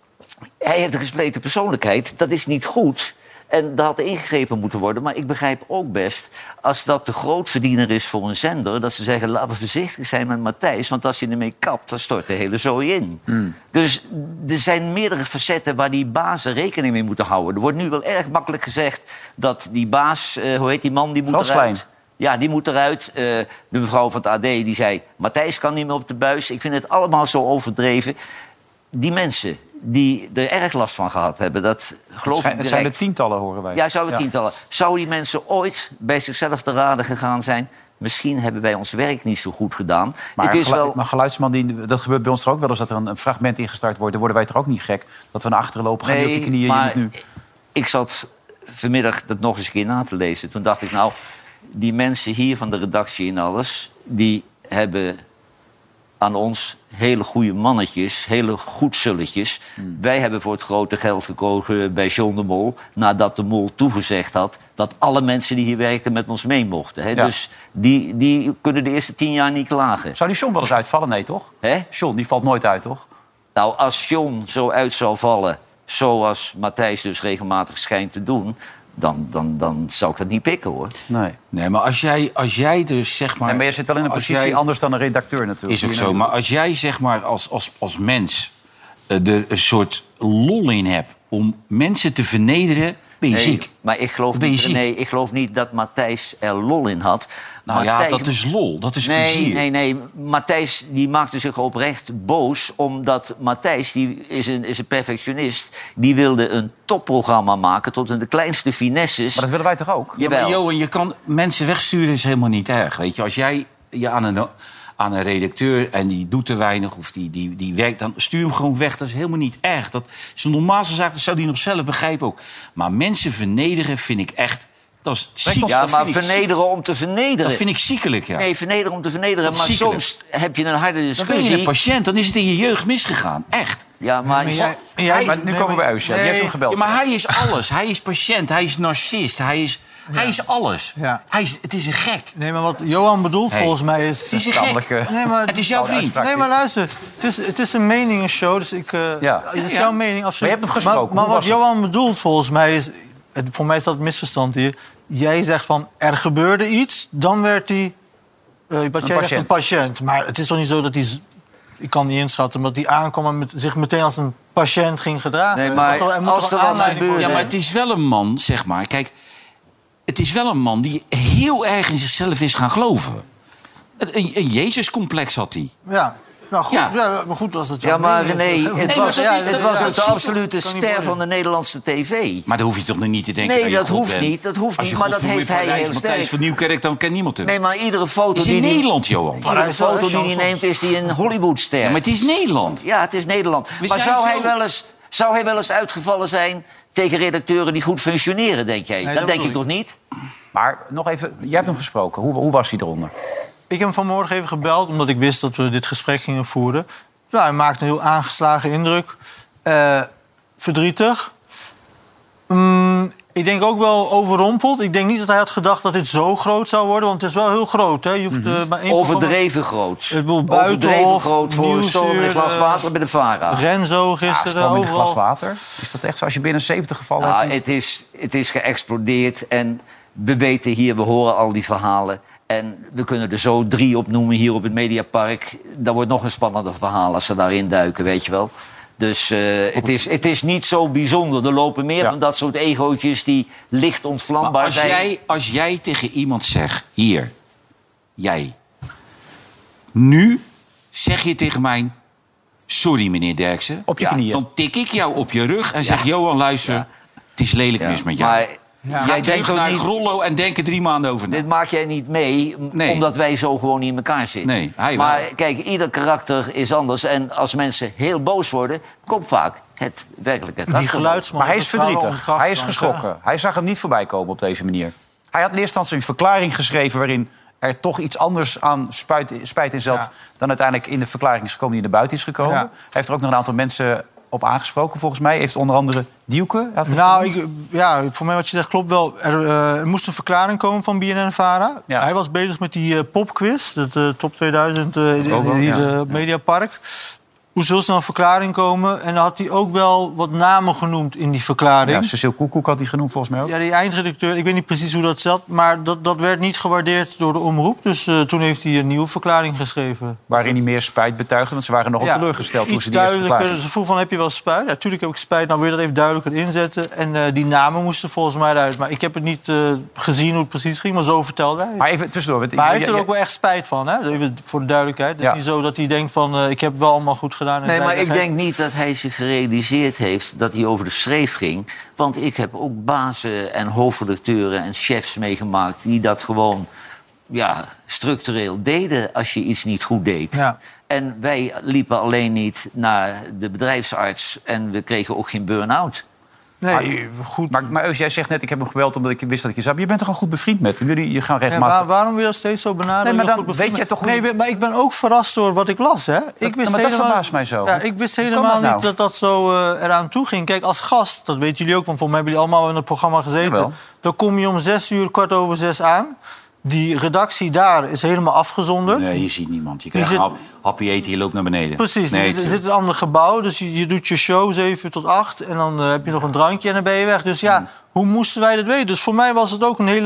hij heeft een gespleten persoonlijkheid, dat is niet goed... En daar had ingegrepen moeten worden. Maar ik begrijp ook best, als dat de grootverdiener is voor een zender... dat ze zeggen, laten we voorzichtig zijn met Matthijs... want als hij ermee kapt, dan stort de hele zooi in. Dus er zijn meerdere facetten waar die bazen rekening mee moeten houden. Er wordt nu wel erg makkelijk gezegd dat die baas... hoe heet die man, die moet eruit. Klein. Ja, die moet eruit. De mevrouw van het AD die zei, Matthijs kan niet meer op de buis. Ik vind het allemaal zo overdreven. Die mensen die er erg last van gehad hebben, dat geloof ik direct. Het zijn er tientallen, horen wij. Ja, zouden tientallen. Zouden die mensen ooit bij zichzelf te raden gegaan zijn? Misschien hebben wij ons werk niet zo goed gedaan. Maar, het is wel... maar geluidsman, dat gebeurt bij ons toch ook wel eens... dat er een fragment ingestart wordt. Dan worden wij toch ook niet gek? Dat we naar achteren lopen, gaan op je knieën. Maar nu. Ik zat vanmiddag dat nog eens een keer na te lezen. Toen dacht ik, nou, die mensen hier van de redactie en alles... die hebben aan ons hele goede mannetjes, hele goedzulletjes. Wij hebben voor het grote geld gekozen bij John de Mol... nadat de Mol toegezegd had dat alle mensen die hier werkten met ons mee mochten. Hè? Ja. Dus die kunnen de eerste 10 jaar niet klagen. Zou die John wel eens uitvallen? Nee, toch? John, die valt nooit uit, toch? Nou, als John zo uit zou vallen, zoals Matthijs dus regelmatig schijnt te doen... Dan zou ik dat niet pikken, hoor. Nee, maar als jij dus, zeg maar... Nee, maar je zit wel in een positie anders dan een redacteur natuurlijk. Is ook zo, maar als jij, zeg maar, als mens... er een soort lol in hebt om mensen te vernederen... Ben je ziek? Maar ik geloof, Ben je niet, ziek? nee, ik geloof niet dat Matthijs er lol in had. Nou Matthijs, ja, dat is lol. Dat is plezier. Nee. Matthijs die maakte zich oprecht boos. Omdat Matthijs, die is een perfectionist... die wilde een topprogramma maken tot in de kleinste finesses. Maar dat willen wij toch ook? Jawel. Maar Johan, je kan mensen wegsturen is helemaal niet erg. Weet je, als jij je aan een redacteur en die doet te weinig of die werkt, dan stuur hem gewoon weg. Dat is helemaal niet erg. Dat is een normaalste zaak, dat zou die nog zelf begrijpen ook. Maar mensen vernederen vind ik echt... Dat is ziek. Ja, Dat maar vind ik vernederen om te vernederen. Dat vind ik ziekelijk, ja. Nee, vernederen om te vernederen. Maar ziekelijk. soms heb je een harde Dan ben je discussie. een patiënt, dan is het in je jeugd misgegaan. Echt. Ja, maar... Maar nu komen we bij Eusja. Die heeft hem gebeld. Ja, maar hij is alles. Hij is patiënt, hij is narcist, hij is alles. Ja. Het is een gek. Nee, maar wat Johan bedoelt Hey. volgens mij is... Het is een gek. Nee, maar, Het is jouw vriend. Nee, maar luister. Het is een meningenshow, dus Ja. het is jouw mening, absoluut. Maar je hebt hem gesproken. Maar Hoe wat was het? Johan bedoelt volgens mij is... Voor mij is dat het misverstand hier. Jij zegt van, er gebeurde iets, dan werd hij... een patiënt. Maar het is toch niet zo dat hij... Ik kan niet inschatten, maar dat hij aankwam en zich meteen als een patiënt ging gedragen. Nee, maar als er wat gebeurde... Ja, maar het is wel een man, zeg maar. Kijk, het is wel een man die heel erg in zichzelf is gaan geloven. Een Jezus-complex had hij. Ja, nou goed, Ja. ja, maar goed als het Ja, jouw maar mening is. René, het Nee, was, maar het was ook de super. absolute Kan niet ster worden. van de Nederlandse tv. Maar dan hoef je toch nog niet te denken Nee, dat je dat God hoeft bent. niet, dat hoeft Als je niet, maar dat godvermoeid heeft hij Parijs, heel Matthijs sterk. van Nieuwkerk, dan kent niemand hem. Nee, maar iedere foto Het is die in hij... Nederland, Johan. Iedere Parijs, foto die hij chansons. neemt is hij een Hollywoodster. Ja, maar het is Nederland. Ja, het is Nederland. We Maar zijn zou hij wel eens uitgevallen zijn tegen redacteuren die goed functioneren, denk jij? Nee, dat denk ik bedoel toch niet? Maar nog even, jij hebt hem gesproken. Hoe was hij eronder? Ik heb hem vanmorgen even gebeld, omdat ik wist dat we dit gesprek gingen voeren. Ja, hij maakte een heel aangeslagen indruk. Verdrietig. Ik denk ook wel overrompeld. Ik denk niet dat hij had gedacht dat dit zo groot zou worden. Want het is wel heel groot. Hè? Je hoeft, maar één Overdreven groot. Ik bedoel, Overdreven Buitenhof, groot voor een storm in een Nieuwsuur, glas water bij de VARA. Renzo Ja, gisteren, stroom in een glas overal. water. Is dat echt zo? Als je binnen 70 gevallen Nou, hebt... het is geëxplodeerd en we weten hier, we horen al die verhalen. En we kunnen er zo 3 opnoemen hier op het Mediapark. Dat wordt nog een spannender verhaal als ze daarin duiken, weet je wel. Dus het is niet zo bijzonder. Er lopen meer van dat soort egootjes die licht ontvlambaar Maar zijn. als jij tegen iemand zegt... Hier, jij. Nu zeg je tegen mij... Sorry, meneer Derksen. Op je knieën. Dan tik ik jou op je rug en zeg... Johan, luister, het is lelijk mis met jou. Maar Ga jij terug denkt ook naar niet... Grollo en denk er 3 maanden over na. Dit maak jij niet mee, Nee. omdat wij zo gewoon niet in elkaar zitten. Nee, hij wel. maar kijk, ieder karakter is anders. En als mensen heel boos worden, komt vaak het werkelijke karakter. Die geluidsman. Maar hij is dat waren verdrietig. onze Hij is krachten, geschrokken. Hij zag hem niet voorbij komen op deze manier. Hij had in eerste instantie een verklaring geschreven... waarin er toch iets anders aan spijt in zat... Ja. dan uiteindelijk in de verklaring is gekomen die naar buiten is gekomen. Ja. Hij heeft er ook nog een aantal mensen op aangesproken, volgens mij. Heeft onder andere Dieuke... Nou, voor mij wat je zegt klopt wel. Er moest een verklaring komen van BNN-VARA. Ja. Hij was bezig met die popquiz, de top 2000 wel, hier ja. op Mediapark. Moest heel snel een verklaring komen. En dan had hij ook wel wat namen genoemd in die verklaring. Ja, Cecile Koekoek had hij genoemd, volgens mij ook. Ja, die eindredacteur, ik weet niet precies hoe dat zat... maar dat werd niet gewaardeerd door de omroep. Dus toen heeft hij een nieuwe verklaring geschreven. Waarin hij meer spijt betuigde, want ze waren nogal teleurgesteld... toen iets ze die eerste duidelijker. verklaring... Ze vroeg van, heb je wel spijt? Ja, natuurlijk heb ik spijt. Nou wil je dat even duidelijker inzetten. En die namen moesten volgens mij eruit. Maar ik heb het niet gezien hoe het precies ging, maar zo vertelde hij. Maar even tussendoor. Maar hij heeft er ook wel echt spijt van, hè? Even voor de duidelijkheid. Het is niet zo dat hij denkt van, ik heb wel allemaal goed gedaan. En Nee, maar ik veiligheid. denk niet dat hij zich gerealiseerd heeft dat hij over de schreef ging. Want ik heb ook bazen en hoofdredacteuren en chefs meegemaakt... die dat gewoon structureel deden als je iets niet goed deed. Ja. En wij liepen alleen niet naar de bedrijfsarts... en we kregen ook geen burn-out. Nee, goed. Maar Eus, jij zegt net, ik heb hem gebeld omdat ik wist dat ik je zag. Je bent toch al goed bevriend met hem? Je gaan Ja, regelmatig... waarom wil je dat steeds zo benaderen? Nee, maar Heel dan goed weet jij toch hoe- Nee, maar ik ben ook verrast door wat ik las, hè? maar dat verbaast mij zo. Ja, ik wist Hoe kan helemaal dat nou? niet dat dat zo eraan toe ging. Kijk, als gast, dat weten jullie ook, want volgens mij hebben jullie allemaal in het programma gezeten. Jawel. Dan kom je om 6:15 aan. Die redactie daar is helemaal afgezonderd. Nee, je ziet niemand. Je krijgt zit- een happy eten, je loopt naar beneden. Precies, Nee, er zit een ander gebouw, dus je doet je show 7 tot 8... en dan heb je nog een drankje en dan ben je weg. Dus ja, hoe moesten wij dat weten? Dus voor mij was het ook een hele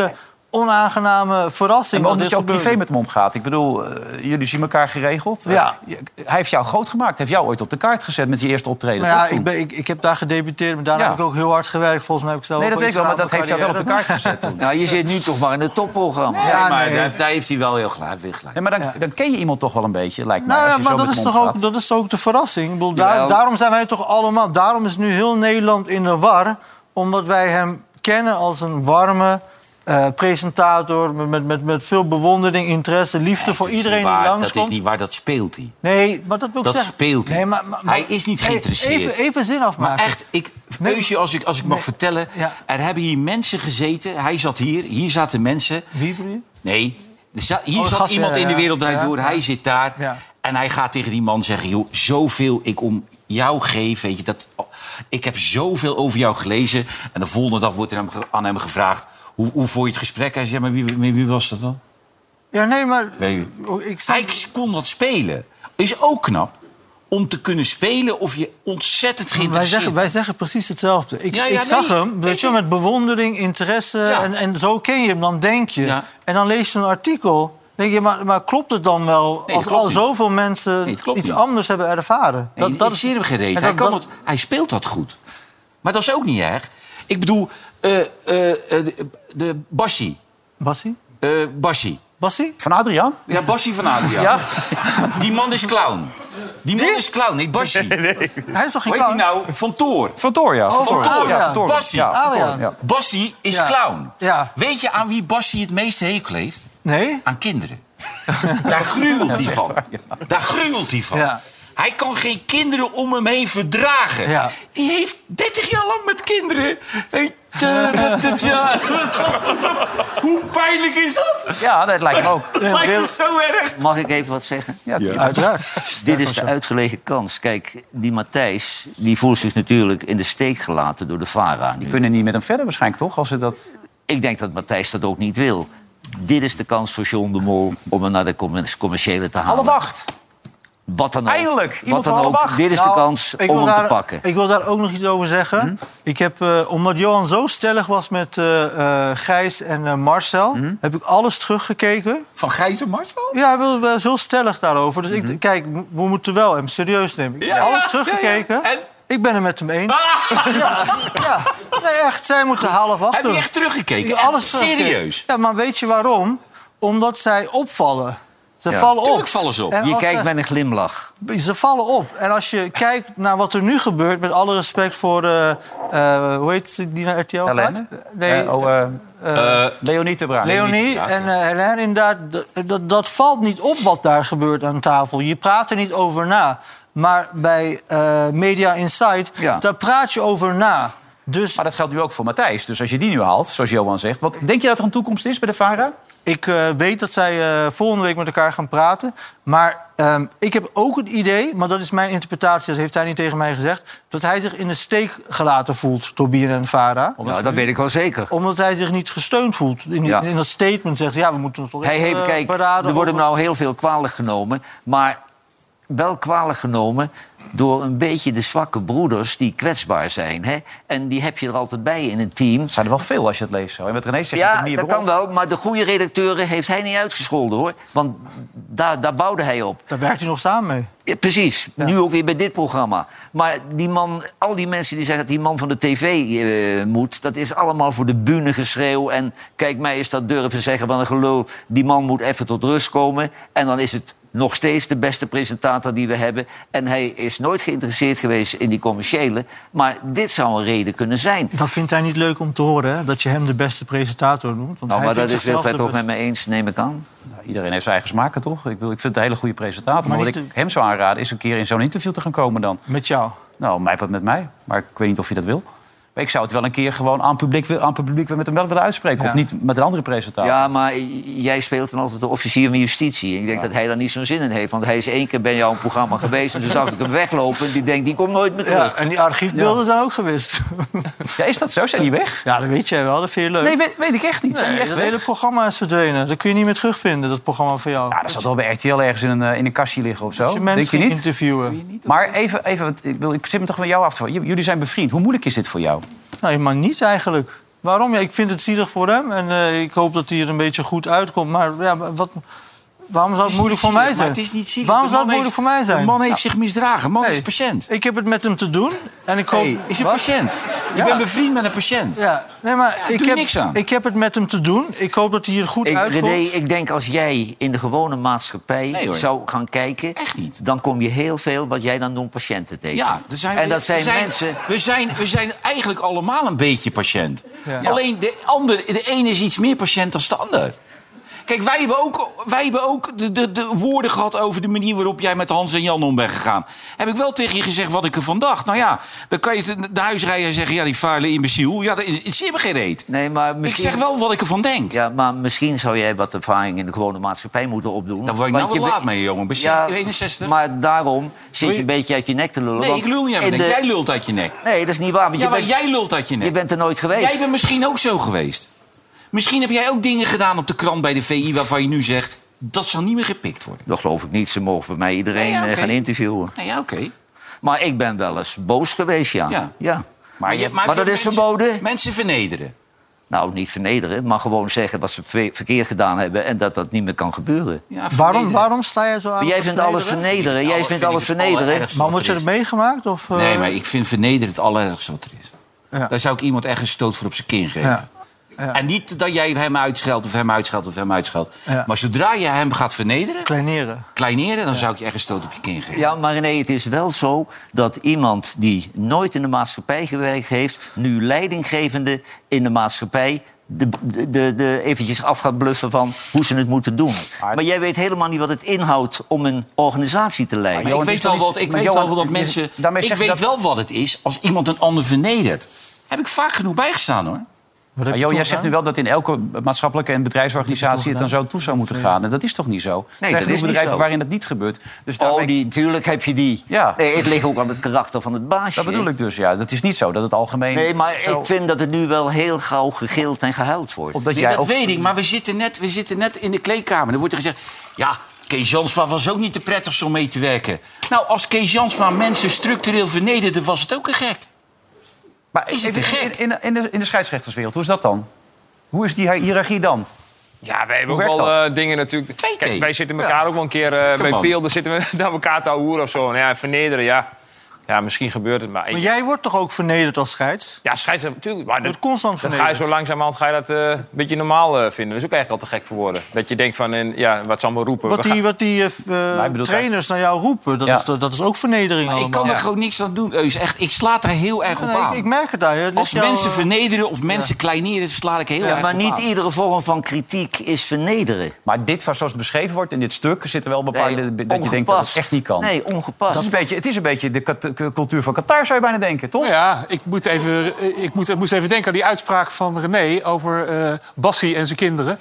onaangename verrassing. Maar omdat je ook privé met hem omgaat. Ik bedoel, jullie zien elkaar geregeld. Ja. Hij heeft jou groot gemaakt. Heeft jou ooit op de kaart gezet met je eerste optreden. Nou ja, ik heb daar gedebuteerd. Maar daarna heb ik ook heel hard gewerkt. Volgens mij heb ik zelf Nee, dat ook weet ik wel. Maar dat heeft jou wel op de carrière. kaart gezet toen. Nou, je zit nu toch maar in het topprogramma. Daar heeft hij wel heel gelijk. Nee, maar dan ken je iemand toch wel een beetje, lijkt mij. Nou, als je maar zo dat met is, hem toch omgaat. ook, dat is toch ook de verrassing. Ik bedoel, Jawel. daarom zijn wij toch allemaal... Daarom is nu heel Nederland in de war. Omdat wij hem kennen als een warme presentator... met veel bewondering, interesse, liefde voor iedereen die langskomt. Dat is niet waar, dat speelt hij. Nee, maar dat wil ik Dat zeggen. speelt hij. Nee, maar Hij is niet geïnteresseerd. Even zin afmaken. Maar echt, Eusje, als ik mag vertellen... Ja. Er hebben hier mensen gezeten. Hij zat hier zaten mensen... Wie bedoel je? Nee, hier zat gasten, iemand in de wereld draait ja, door. ja. Hij zit daar. Ja. En hij gaat tegen die man zeggen... joh, zoveel ik om jou geef, weet je... ik heb zoveel over jou gelezen. En de volgende dag wordt er aan hem gevraagd... Hoe vond je het gesprek? Hij zei, maar wie was dat dan? Ja, nee, maar... Weet je. Ik snap- Hij kon wat spelen. Is ook knap. Om te kunnen spelen of je ontzettend geïnteresseerd Wij zeggen precies hetzelfde. Ja, Ik zag nee. hem, weet je wel, met bewondering, interesse. Ja. En zo ken je hem, dan denk je. Ja. En dan lees je een artikel. Denk je, maar klopt het dan wel? Nee, als dat klopt al niet. zoveel mensen Nee, het klopt iets niet. anders hebben ervaren. Nee, dat is hem gereden. en Hij speelt dat goed. Maar dat is ook niet erg. Ik bedoel, de Bassi. Bassie? Bassi. Bassie? Van Adriaan? Ja, Bassi van Adriaan. Ja? Die man is clown. Die man is clown, niet Bassi. Hij is toch geen Hoe heet hij clown? nou? Van Toor. Van Toor, ja. Oh, Van Toor. ja. Van Toor. Bassie. Ja, van Toor, Adriaan. ja. Bassi is Ja. clown. Ja. Weet je aan wie Bassi het meeste hekel heeft? Nee? Aan kinderen. Daar gruwelt hij van. Daar gruwelt hij van. Ja. Hij kan geen kinderen om hem heen verdragen. Ja. Die heeft 30 jaar lang met kinderen. Hoe pijnlijk is dat? Ja, dat lijkt me ook. Lijkt het zo erg? Mag ik even wat zeggen? Ja, Uiteraard. Dit is de uitgelegen kans. Kijk, die Matthijs die voelt zich natuurlijk in de steek gelaten door de VARA. Die kunnen niet met hem verder waarschijnlijk, toch? Als ze dat... Ik denk dat Matthijs dat ook niet wil. Dit is de kans voor John de Mol om hem naar de commerciële te halen. 7:30. Wat dan ook. Eindelijk, iemand Wat dan van ook. 7:30. Dit is de kans Ik om wil hem te daar- pakken. Ik wil daar ook nog iets over zeggen. Ik heb, omdat Johan zo stellig was met Gijs en Marcel... heb ik alles teruggekeken. Van Gijs en Marcel? Ja, hij was heel stellig daarover. Dus kijk, we moeten wel hem serieus nemen. Ik heb alles teruggekeken. En? Ik ben het met hem eens. Ja. Nee, echt, zij moeten half af Heb doen. je echt teruggekeken? Ik heb alles teruggekeken. Serieus? Ja, maar weet je waarom? Omdat zij opvallen. Ze vallen op. Tuurlijk vallen ze op. En Je als kijkt ze- met een glimlach. Ze vallen op. En als je kijkt naar wat er nu gebeurt... met alle respect voor... hoe heet die naar RTL gaat? Helene? Nee, Leonie te Bruin. Leonie en Helene, inderdaad, dat valt niet op wat daar gebeurt aan tafel. Je praat er niet over na. Maar bij Media Insight, Ja. daar praat je over na. Dus Maar dat geldt nu ook voor Matthijs. Dus als je die nu haalt, zoals Johan zegt... Denk je dat er een toekomst is bij de VARA? ik weet dat zij volgende week met elkaar gaan praten. Maar ik heb ook het idee, maar dat is mijn interpretatie... dat heeft hij niet tegen mij gezegd... dat hij zich in de steek gelaten voelt door BNN-VARA. Nou, dat weet ik wel zeker. Omdat hij zich niet gesteund voelt. Ja. In dat statement zegt hij, ja, we moeten ons toch Hij even, heeft, kijk, beraden er wordt hem over- nou heel veel kwalijk genomen. Maar wel kwalijk genomen door een beetje de zwakke broeders die kwetsbaar zijn. Hè? En die heb je er altijd bij in een team. Het zijn er wel veel als je het leest zo. En wat René zegt, Ja, de manier dat waarop. kan wel. Maar de goede redacteuren heeft hij niet uitgescholden, hoor. Want daar bouwde hij op. Daar werkt hij nog samen mee. Ja, precies, nu ook weer bij dit programma. Maar die man, al die mensen die zeggen dat die man van de tv moet... dat is allemaal voor de bühne geschreeuw. En kijk, mij is dat durven zeggen van een geloof... die man moet even tot rust komen. En dan is het nog steeds de beste presentator die we hebben. En hij is nooit geïnteresseerd geweest in die commerciële. Maar dit zou een reden kunnen zijn. Dat vindt hij niet leuk om te horen, hè? Dat je hem de beste presentator noemt. Want Nou, hij maar dat vindt is zichzelf Wilfred de ook met beste. me eens, neem ik aan. Nou, iedereen heeft zijn eigen smaken, toch? Ik vind het een hele goede presentator. Maar Maar wat niet ik hem zou aanraden, is een keer in zo'n interview te gaan komen dan. Met jou. Nou, mij met mij. Maar ik weet niet of je dat wil. Maar ik zou het wel een keer gewoon aan publiek met hem wel willen uitspreken. Ja. Of niet met een andere presentator. Ja, maar jij speelt dan altijd de officier van justitie. Ik denk dat hij daar niet zo'n zin in heeft. Want hij is 1 keer bij jouw programma geweest... en toen zag ik hem weglopen. Die denkt, die komt nooit meer terug. Ja, en die archiefbeelden zijn ook gewist. Ja, is dat zo? Zijn die weg? Ja, dat weet jij wel. Dat vind je leuk. Nee, weet ik echt niet. Zijn die Nee, echt het hele weg? programma is verdwenen. Dat kun je niet meer terugvinden, dat programma van jou. Ja, dat zal toch bij RTL ergens in een kastje liggen of zo. Als je Denk mensen je ging niet? interviewen. Maar even want ik zit me toch van jou af te vragen. Jullie zijn bevriend. Hoe moeilijk is dit voor jou? Nou, maar niet eigenlijk. Waarom? Ja, ik vind het zielig voor hem. En ik hoop dat hij er een beetje goed uitkomt. Maar ja, waarom zou het moeilijk voor mij zijn? Maar het is niet zielig. Waarom zou het moeilijk voor mij zijn? De man heeft zich misdragen. De man is patiënt. Ik heb het met hem te doen. En ik hoop... Is een patiënt. Je bent bevriend met een patiënt. Ja, nee, maar ik heb het met hem te doen. Ik hoop dat hij hier goed uitkomt. René, ik denk als jij in de gewone maatschappij zou gaan kijken... Echt niet. Dan kom je heel veel, wat jij dan noemt, patiënten tegen. Ja, dat zijn mensen... We zijn eigenlijk allemaal een beetje patiënt. Ja. Alleen de ene is iets meer patiënt dan de ander. Kijk, wij hebben ook de woorden gehad over de manier waarop jij met Hans en Jan om bent gegaan. Heb ik wel tegen je gezegd wat ik ervan dacht. Nou ja, dan kan je de huisrijder zeggen, ja, die vuile imbeciel. Ja, dat is me geen reet. Nee, maar misschien... Ik zeg wel wat ik ervan denk. Ja, maar misschien zou jij wat ervaring in de gewone maatschappij moeten opdoen. Daar word ik nou wel laat mee, jongen. Ja, 61. Maar daarom zit je een beetje uit je nek te lullen. Nee, ik lul niet uit mijn nek. Jij lult uit je nek. Nee, dat is niet waar. Want jij lult uit je nek. Je bent er nooit geweest. Jij bent misschien ook zo geweest. Misschien heb jij ook dingen gedaan op de krant bij de VI... waarvan je nu zegt, dat zal niet meer gepikt worden. Dat geloof ik niet. Ze mogen voor mij iedereen gaan interviewen. Nee, oké. Maar ik ben wel eens boos geweest, ja. Maar dat is verboden. Mensen vernederen. Nou, niet vernederen, maar gewoon zeggen wat ze verkeerd gedaan hebben... en dat dat niet meer kan gebeuren. Ja, waarom sta jij zo aan? Jij vindt alles vernederen. Jij vindt alles vernederen. Maar omdat je het meegemaakt? Of, Nee, maar ik vind vernederen het allerergste wat er is. Ja. Daar zou ik iemand echt een stoot voor op zijn kin geven. Ja. Ja. En niet dat jij hem uitscheldt of hem uitscheldt of hem uitscheldt. Ja. Maar zodra je hem gaat vernederen... Kleineren, dan zou ik je echt een stoot op je kin geven. Ja, maar René, het is wel zo dat iemand die nooit in de maatschappij gewerkt heeft... nu leidinggevende in de maatschappij... eventjes af gaat bluffen van hoe ze het moeten doen. Maar jij weet helemaal niet wat het inhoudt om een organisatie te leiden. Ik weet wel wat het is als iemand een ander vernedert. Heb ik vaak genoeg bijgestaan, hoor. Maar jij zegt nu wel dat in elke maatschappelijke en bedrijfsorganisatie... het dan zo toe zou moeten gaan. En dat is toch niet zo? Nee, dat is bedrijven waarin dat niet gebeurt. Dus tuurlijk heb je die. Ja. Nee, het ligt ook aan het karakter van het baasje. Dat bedoel ik dus, ja. Dat is niet zo dat het algemeen... Nee, maar ik vind dat het nu wel heel gauw gegild en gehuild wordt. Dat weet ik, maar we zitten net in de kleedkamer. Er wordt er gezegd... Ja, Kees Jansma was ook niet te prettig om mee te werken. Nou, als Kees Jansma mensen structureel vernederde... was het ook een gek. Maar in de scheidsrechterswereld, hoe is dat dan? Hoe is die hiërarchie dan? Ja, wij hebben ook wel dingen natuurlijk... Kijk, wij zitten elkaar ook wel een keer bij Peelden... zitten we naar elkaar te hoeren of zo. Nou ja, vernederen, ja, misschien gebeurt het. Maar jij wordt toch ook vernederd als scheids? Ja, scheids natuurlijk. Maar wordt constant vernederd. Dan ga je zo langzamerhand een beetje normaal vinden. Dat is ook eigenlijk al te gek voor woorden. Dat je denkt van, wat ze allemaal roepen. Wat die trainers naar jou roepen, dat is ook vernedering allemaal. Ik kan er gewoon niks aan doen. Ik sla daar heel erg op aan. Ik merk het daar. Als mensen vernederen of mensen kleineren, sla ik heel erg op aan. Maar niet iedere vorm van kritiek is vernederen. Maar dit, zoals het beschreven wordt in dit stuk... zit er wel bepaalde dat je denkt dat het echt niet kan. Nee, ongepast. Het is een beetje de cultuur van Qatar, zou je bijna denken, toch? Ja, ik moest even denken aan die uitspraak van René over Bassi en zijn kinderen.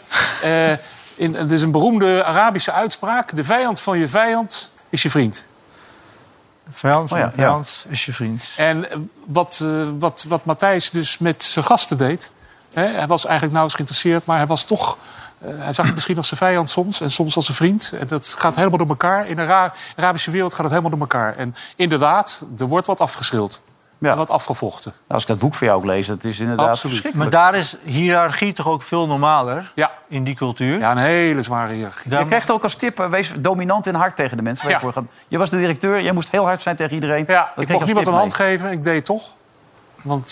Het is een beroemde Arabische uitspraak. De vijand van je vijand is je vriend. De vijand van je vijand is je vriend. En wat Matthijs dus met zijn gasten deed... hij was eigenlijk nauwelijks geïnteresseerd, maar hij was toch... hij zag het misschien als zijn vijand soms en soms als zijn vriend. En dat gaat helemaal door elkaar. In de Arabische wereld gaat het helemaal door elkaar. En inderdaad, er wordt wat afgeschild. En wat afgevochten. Als ik dat boek voor jou ook lees, dat is inderdaad verschrikkelijk. Maar daar is hiërarchie toch ook veel normaler in die cultuur? Ja, een hele zware hiërarchie. Je krijgt ook als tip, wees dominant en hard tegen de mensen. Ja. Je was de directeur, jij moest heel hard zijn tegen iedereen. Ja, ik mocht niemand een hand geven, ik deed het toch. Want,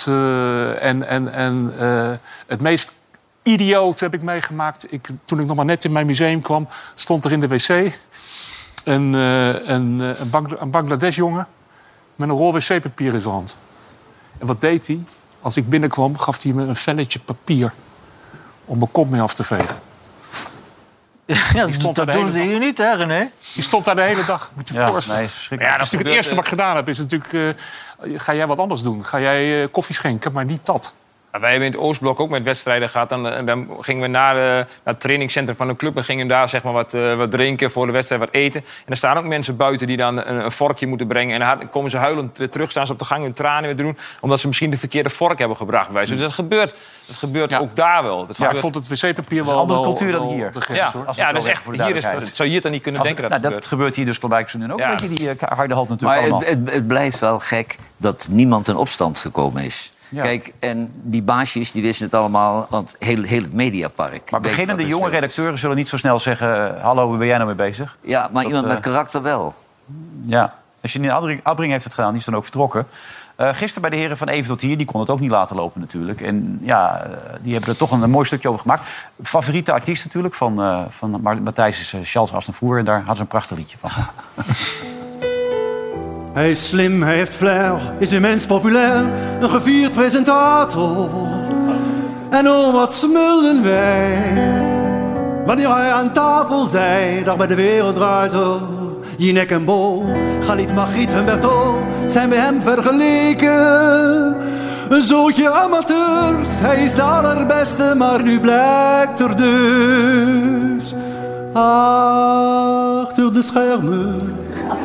het meest... idioot heb ik meegemaakt. Toen ik nog maar net in mijn museum kwam... stond er in de wc een Bangladesh-jongen... met een rol wc-papier in zijn hand. En wat deed hij? Als ik binnenkwam, gaf hij me een velletje papier... om mijn kop mee af te vegen. Ja, dat doen ze hier niet, hè, René? Die stond daar de hele dag. Moet je je voorstellen. Nee, dat is natuurlijk het eerste wat ik gedaan heb. Is natuurlijk, ga jij wat anders doen? Ga jij koffie schenken, maar niet dat? Wij hebben in het Oostblok ook met wedstrijden gehad. Dan gingen we naar het trainingscentrum van een club... en gingen daar zeg maar, wat drinken voor de wedstrijd, wat eten. En er staan ook mensen buiten die dan een vorkje moeten brengen. En dan komen ze huilend weer terug, staan ze op de gang hun tranen weer doen... omdat ze misschien de verkeerde vork hebben gebracht. Dus dat gebeurt ook daar wel. Ik vond het wc-papier wel... een andere cultuur dan hier. Dat is echt... Zou je het dan niet kunnen denken dat gebeurt hier dus blijkbaar nu ook. Een beetje die harde halt natuurlijk maar allemaal. Het blijft wel gek dat niemand in opstand gekomen is. Ja. Kijk, en die baasjes die wisten het allemaal, want heel het Mediapark. Maar beginnende jonge redacteuren zullen niet zo snel zeggen... hallo, waar ben jij nou mee bezig? Ja, maar iemand met karakter wel. Ja, als je in Abbring heeft het gedaan, die is dan ook vertrokken. Gisteren bij de heren van Even tot hier, die kon het ook niet laten lopen natuurlijk. En ja, die hebben er toch een mooi stukje over gemaakt. Favoriete artiest natuurlijk van Matthijs is Charles Aznavour. En daar hadden ze een prachtig liedje van. Hij is slim, hij heeft flair, is immens populair, een gevierd presentator. En oh, wat smulden wij, wanneer hij aan tafel zei, dag bij de wereld draait door. Jinek en Bo, Galit, Margriet, Humberto, zijn bij hem vergeleken. Een zootje amateurs, hij is de allerbeste, maar nu blijkt er dus achter de schermen.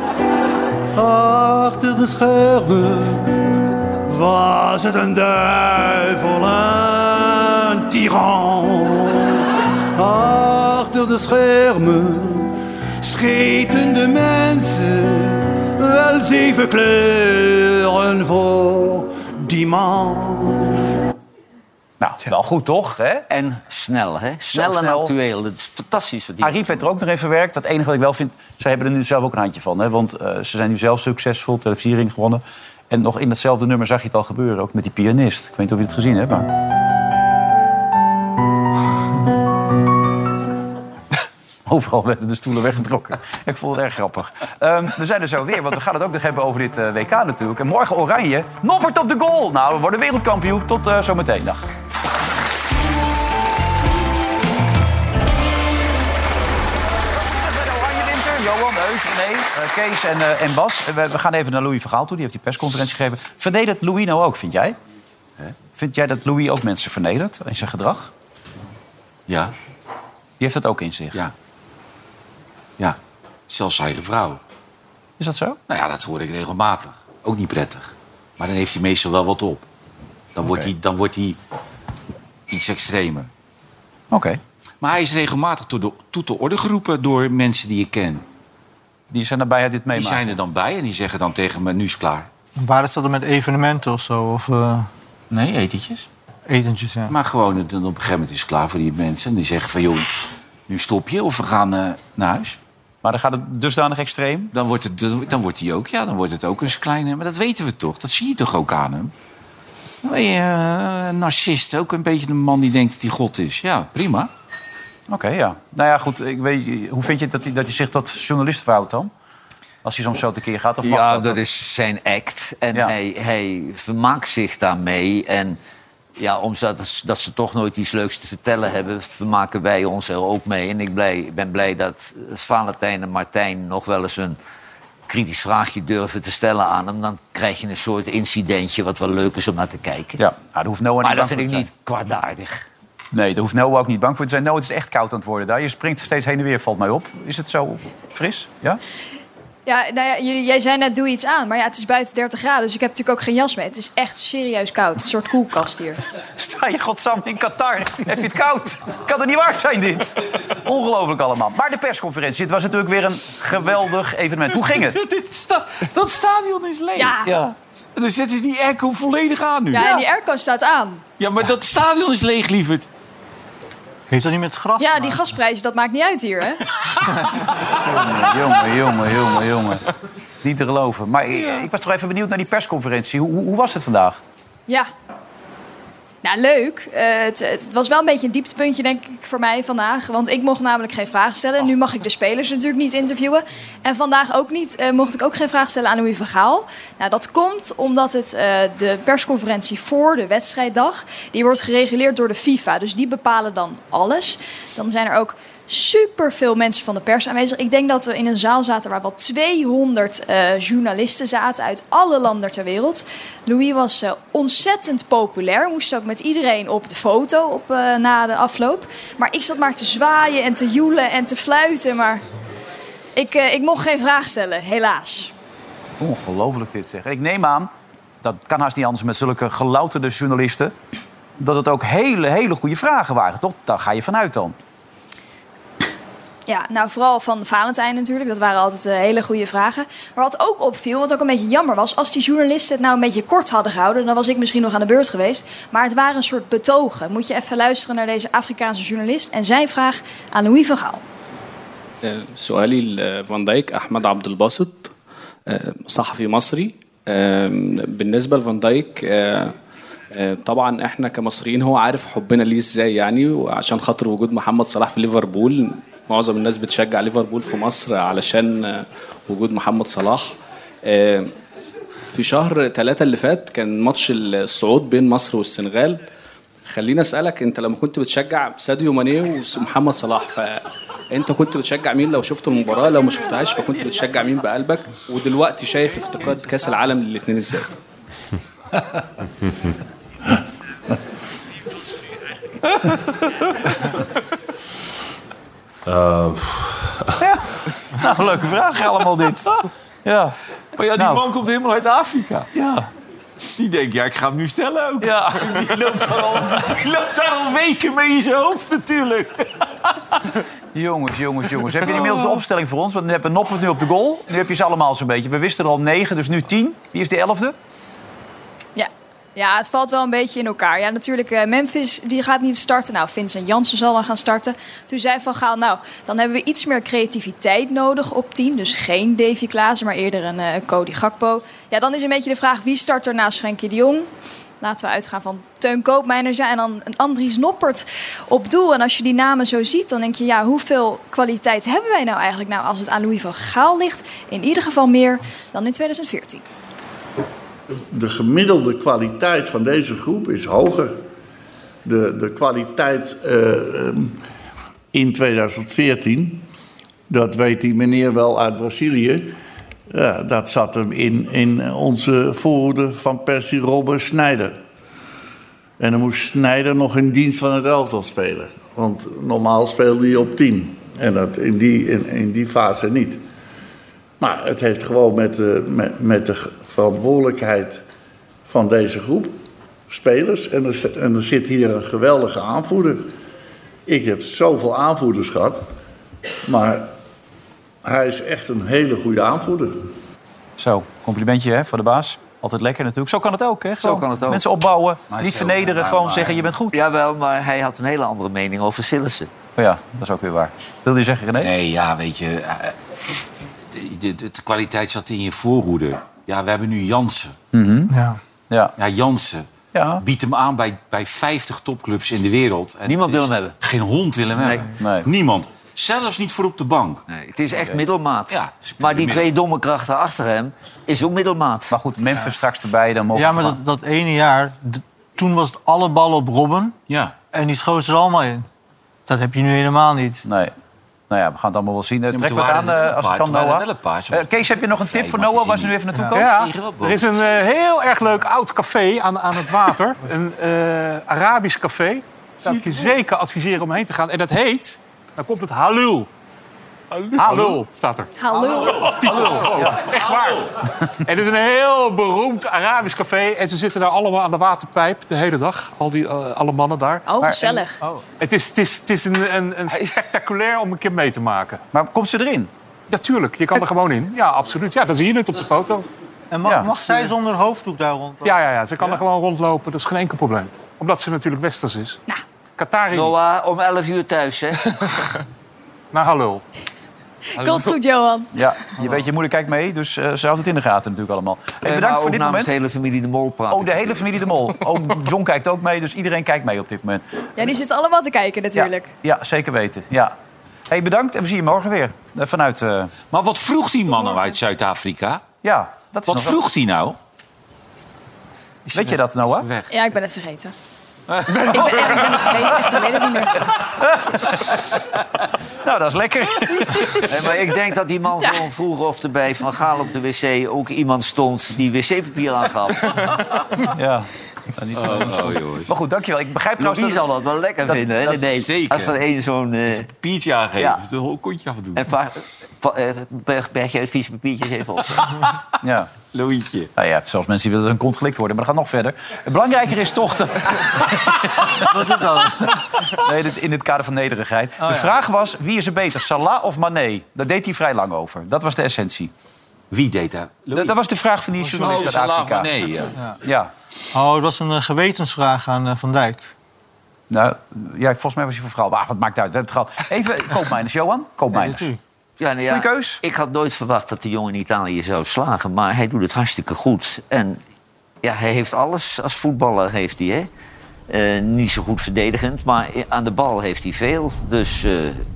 Achter de schermen was het een duivel, een tiran. Achter de schermen scheten de mensen wel 7 kleuren voor die man. Nou, wel goed toch? Hè? En snel, hè? Snel en actueel. Dat is fantastisch. Ariep heeft er ook nog in verwerkt. Dat enige wat ik wel vind, zij hebben er nu zelf ook een handje van. Hè? Want ze zijn nu zelf succesvol, televisiering gewonnen. En nog in datzelfde nummer zag je het al gebeuren, ook met die pianist. Ik weet niet of je het gezien hebt, maar... Overal werden de stoelen weggetrokken. Ik vond het erg grappig. We zijn er zo weer, want we gaan het ook nog hebben over dit WK natuurlijk. En morgen Oranje, Noppert op de goal. Nou, we worden wereldkampioen. Tot zometeen. Dag. Johan, Eus, René, Kees en Bas. We gaan even naar Louis van Gaal toe. Die heeft die persconferentie gegeven. Vernedert Louis nou ook, vind jij? Vind jij dat Louis ook mensen vernedert in zijn gedrag? Ja. Die heeft dat ook in zich? Ja. Zelfs zijn eigen vrouw. Is dat zo? Nou ja, dat hoor ik regelmatig. Ook niet prettig. Maar dan heeft hij meestal wel wat op. Dan wordt hij iets extremer. Oké. Maar hij is regelmatig tot de orde geroepen door mensen die ik ken. Die zijn erbij dit meemaken? Die zijn er dan bij en die zeggen dan tegen me, nu is het klaar. Waar is dat dan met evenementen of zo? Of, Nee, etentjes. Etentjes, ja. Maar gewoon, op een gegeven moment is het klaar voor die mensen. En die zeggen van, joh, nu stop je of we gaan naar huis. Maar dan gaat het dusdanig extreem? Dan wordt het ook eens kleiner. Maar dat weten we toch? Dat zie je toch ook aan hem? Dan ben je een narcist. Ook een beetje een man die denkt dat hij God is. Ja, prima. Oké, ja. Nou ja, goed. Hoe vind je dat hij zich tot journalisten verhoudt dan? Als hij soms zo tekeer gaat? Of ja, dat is zijn act. En ja. hij vermaakt zich daarmee. En ja, omdat dat ze toch nooit iets leuks te vertellen hebben, vermaken wij ons er ook mee. En ik ben blij dat Valentijn en Martijn nog wel eens een kritisch vraagje durven te stellen aan hem. Dan krijg je een soort incidentje wat wel leuk is om naar te kijken. Ja, daar hoeft Noah maar niet dat bang vind ik voor niet kwaadaardig. Nee, daar hoeft Noah ook niet bang voor te zijn. Noah, het is echt koud aan het worden daar. Je springt steeds heen en weer, valt mij op. Is het zo fris? Ja? Ja, nou ja, jij zei net, doe iets aan. Maar ja, het is buiten 30 graden, dus ik heb natuurlijk ook geen jas mee. Het is echt serieus koud. Een soort koelkast hier. Sta je godsam in Qatar? Heb je het koud? Kan er niet waar zijn, dit? Ongelooflijk allemaal. Maar de persconferentie, het was natuurlijk weer een geweldig evenement. Hoe ging het? Dat stadion is leeg. Ja. En dan zetten ze die airco volledig aan nu. Ja, en die airco staat aan. Ja, maar dat stadion is leeg, lieverd. Heeft dat niet met het gras? Ja, die gasprijzen, dat maakt niet uit hier, hè? Jongen. Niet te geloven. Maar ik was toch even benieuwd naar die persconferentie. Hoe was het vandaag? Ja. Nou, leuk. Het was wel een beetje een dieptepuntje, denk ik, voor mij vandaag. Want ik mocht namelijk geen vragen stellen. En nu mag ik de spelers natuurlijk niet interviewen. En vandaag ook niet. Mocht ik ook geen vragen stellen aan Louis van Gaal. Nou, dat komt omdat de persconferentie voor de wedstrijddag, die wordt gereguleerd door de FIFA. Dus die bepalen dan alles. Dan zijn er ook superveel mensen van de pers aanwezig. Ik denk dat we in een zaal zaten waar wel 200 journalisten zaten uit alle landen ter wereld. Louis was ontzettend populair. Moest ook met iedereen op de foto na de afloop. Maar ik zat maar te zwaaien en te joelen en te fluiten. Maar ik mocht geen vraag stellen, helaas. Ongelooflijk dit zeg. Ik neem aan, dat kan haast niet anders met zulke gelouterde journalisten, dat het ook hele goede vragen waren, toch? Daar ga je vanuit dan. Ja, nou vooral van Valentijn natuurlijk. Dat waren altijd hele goede vragen. Maar wat ook opviel, wat ook een beetje jammer was... als die journalisten het nou een beetje kort hadden gehouden... dan was ik misschien nog aan de beurt geweest. Maar het waren een soort betogen. Moet je even luisteren naar deze Afrikaanse journalist... en zijn vraag aan Louis van Gaal. سؤالي لفان دايك أحمد عبد الباسط صحفي مصري بالنسبة لفان دايك طبعا احنا كمصريين هو عارف حبنا ليه ازاي يعني وعشان خاطر وجود محمد صلاح في ليفربول معظم الناس بتشجع ليفربول في مصر علشان وجود محمد صلاح في شهر 3 اللي فات كان ماتش الصعود بين مصر والسنغال خلينا اسالك انت لما كنت بتشجع ساديو ماني ومحمد صلاح فانت كنت بتشجع مين لو شفت المباراه لو ما شفتهاش فكنت بتشجع مين بقلبك ودلوقتي شايف افتقاد كاس العالم للاثنين ازاي Nou, leuke vraag allemaal dit. Ja. Maar ja, die man komt helemaal uit Afrika. Ja. Die denkt, ja, ik ga hem nu stellen ook. Ja. Die loopt daar al weken mee in zijn hoofd natuurlijk. Jongens. Heb je inmiddels de opstelling voor ons? Want we hebben Noppert nu op de goal. Nu heb je ze allemaal zo'n beetje. We wisten er al 9, dus nu 10. Wie is de 11e? Ja, het valt wel een beetje in elkaar. Ja, natuurlijk, Memphis die gaat niet starten. Nou, Vincent Janssen zal dan gaan starten. Toen zei Van Gaal, nou, dan hebben we iets meer creativiteit nodig op 10. Dus geen Davy Klaassen, maar eerder een Cody Gakpo. Ja, dan is een beetje de vraag, wie start er naast Frenkie de Jong? Laten we uitgaan van Teun Koopmeiners. Ja, en dan een Andries Noppert op doel. En als je die namen zo ziet, dan denk je... ja, hoeveel kwaliteit hebben wij nou eigenlijk? Nou, als het aan Louis van Gaal ligt, in ieder geval meer dan in 2014. De gemiddelde kwaliteit van deze groep is hoger. De kwaliteit in 2014, dat weet die meneer wel uit Brazilië... dat zat hem in onze voorhoede van Percy Robben Sneijder. En dan moest Sneijder nog in dienst van het elftal spelen. Want normaal speelde hij op 10. En dat in die fase niet. Maar het heeft gewoon met de verantwoordelijkheid van deze groep spelers. En er zit hier een geweldige aanvoerder. Ik heb zoveel aanvoerders gehad. Maar hij is echt een hele goede aanvoerder. Zo, complimentje hè, voor de baas. Altijd lekker natuurlijk. Zo kan het ook, hè? Zo kan het ook. Mensen opbouwen, niet vernederen, gewoon zeggen je bent goed. Jawel, maar hij had een hele andere mening over Sillissen. Oh ja, dat is ook weer waar. Wilde je zeggen, René? Nee, ja, weet je... De kwaliteit zat in je voorhoede. Ja, we hebben nu Jansen. Ja, Jansen. Ja. Biedt hem aan bij 50 topclubs in de wereld. En niemand wil hem hebben. Geen hond wil hem hebben. Nee. Niemand. Zelfs niet voor op de bank. Nee, het is echt middelmaat. Ja, maar die 2 domme krachten achter hem is ook middelmaat. Maar goed, Memphis straks erbij. Dan mogen maar dat ene jaar, toen was het alle ballen op Robben. Ja. En die schoot er allemaal in. Dat heb je nu helemaal niet. Nee. Nou ja, we gaan het allemaal wel zien. Trek wat aan als het kan, Noah. Kees, heb je nog een tip voor Noah waar ze nu even naartoe komen? Ja, er is een heel erg leuk oud café aan het water. Een Arabisch café. Zou ik je zeker adviseren om heen te gaan. En dat heet, dan komt het Halul. Halul staat er. Halul. Als titel. Oh, echt waar. En het is een heel beroemd Arabisch café. En ze zitten daar allemaal aan de waterpijp de hele dag. Alle mannen daar. Oh, gezellig. Het is een spectaculair om een keer mee te maken. Maar komt ze erin? Natuurlijk, je kan er gewoon in. Ja, absoluut. Ja, dan zie je het op de foto. En mag zij zonder hoofddoek daar rondlopen? Ja, ze kan er gewoon rondlopen. Dat is geen enkel probleem. Omdat ze natuurlijk westers is. Nou. Qatari. Noah, om 11 uur thuis, hè? Naar Halul. Komt goed, Johan. Ja, je weet, je moeder kijkt mee, dus ze houdt het in de gaten natuurlijk allemaal. Hey, bedankt voor dit moment. de hele familie De Mol praten. Oh, de hele familie De Mol. Oom John kijkt ook mee, dus iedereen kijkt mee op dit moment. Ja, die zitten allemaal te kijken natuurlijk. Ja, zeker weten. Ja. Hey, bedankt en we zien je morgen weer. Vanuit... Maar wat vroeg die man nou uit Zuid-Afrika? Ja, dat is wat vroeg hij nou? Weet je dat, Noah? Ja, ik ben het vergeten. Ik ben het vergeten, echt, ik weet het niet meer. Nou, dat is lekker. Nee, maar ik denk dat die man gewoon vroeg of er bij Van Gaal op de wc ook iemand stond die wc-papier aangaf. Ja. Jongens. Maar goed, dankjewel. Ik begrijp trouwens... Die zal dat wel lekker vinden, hè? Zeker. Als er één zo'n... papiertje aangeeft, een kontje af en toe. En Berg jij het vieze papiertjes even op. Ja. Louietje. Nou ja, zelfs mensen die willen dat een kont gelikt worden. Maar dat gaat nog verder. Belangrijker is toch dat... Wat is dat? Nee, in het kader van nederigheid. De vraag was, wie is er beter, Salah of Mané? Daar deed hij vrij lang over. Dat was de essentie. Wie deed dat? Dat was de vraag van die journalist uit Afrika. Nee, ja. Oh, het was een gewetensvraag aan Van Dijk. Nou, ja, volgens mij was hij van vrouw. Maar wat maakt uit, we hebben het gehad. Even Koopmeiners, Johan. Koopmeiners. Ja, nou ja, goeie keus. Ik had nooit verwacht dat de jongen in Italië zou slagen. Maar hij doet het hartstikke goed. En ja, hij heeft alles als voetballer, heeft hij, hè. Niet zo goed verdedigend, maar aan de bal heeft hij veel. Dus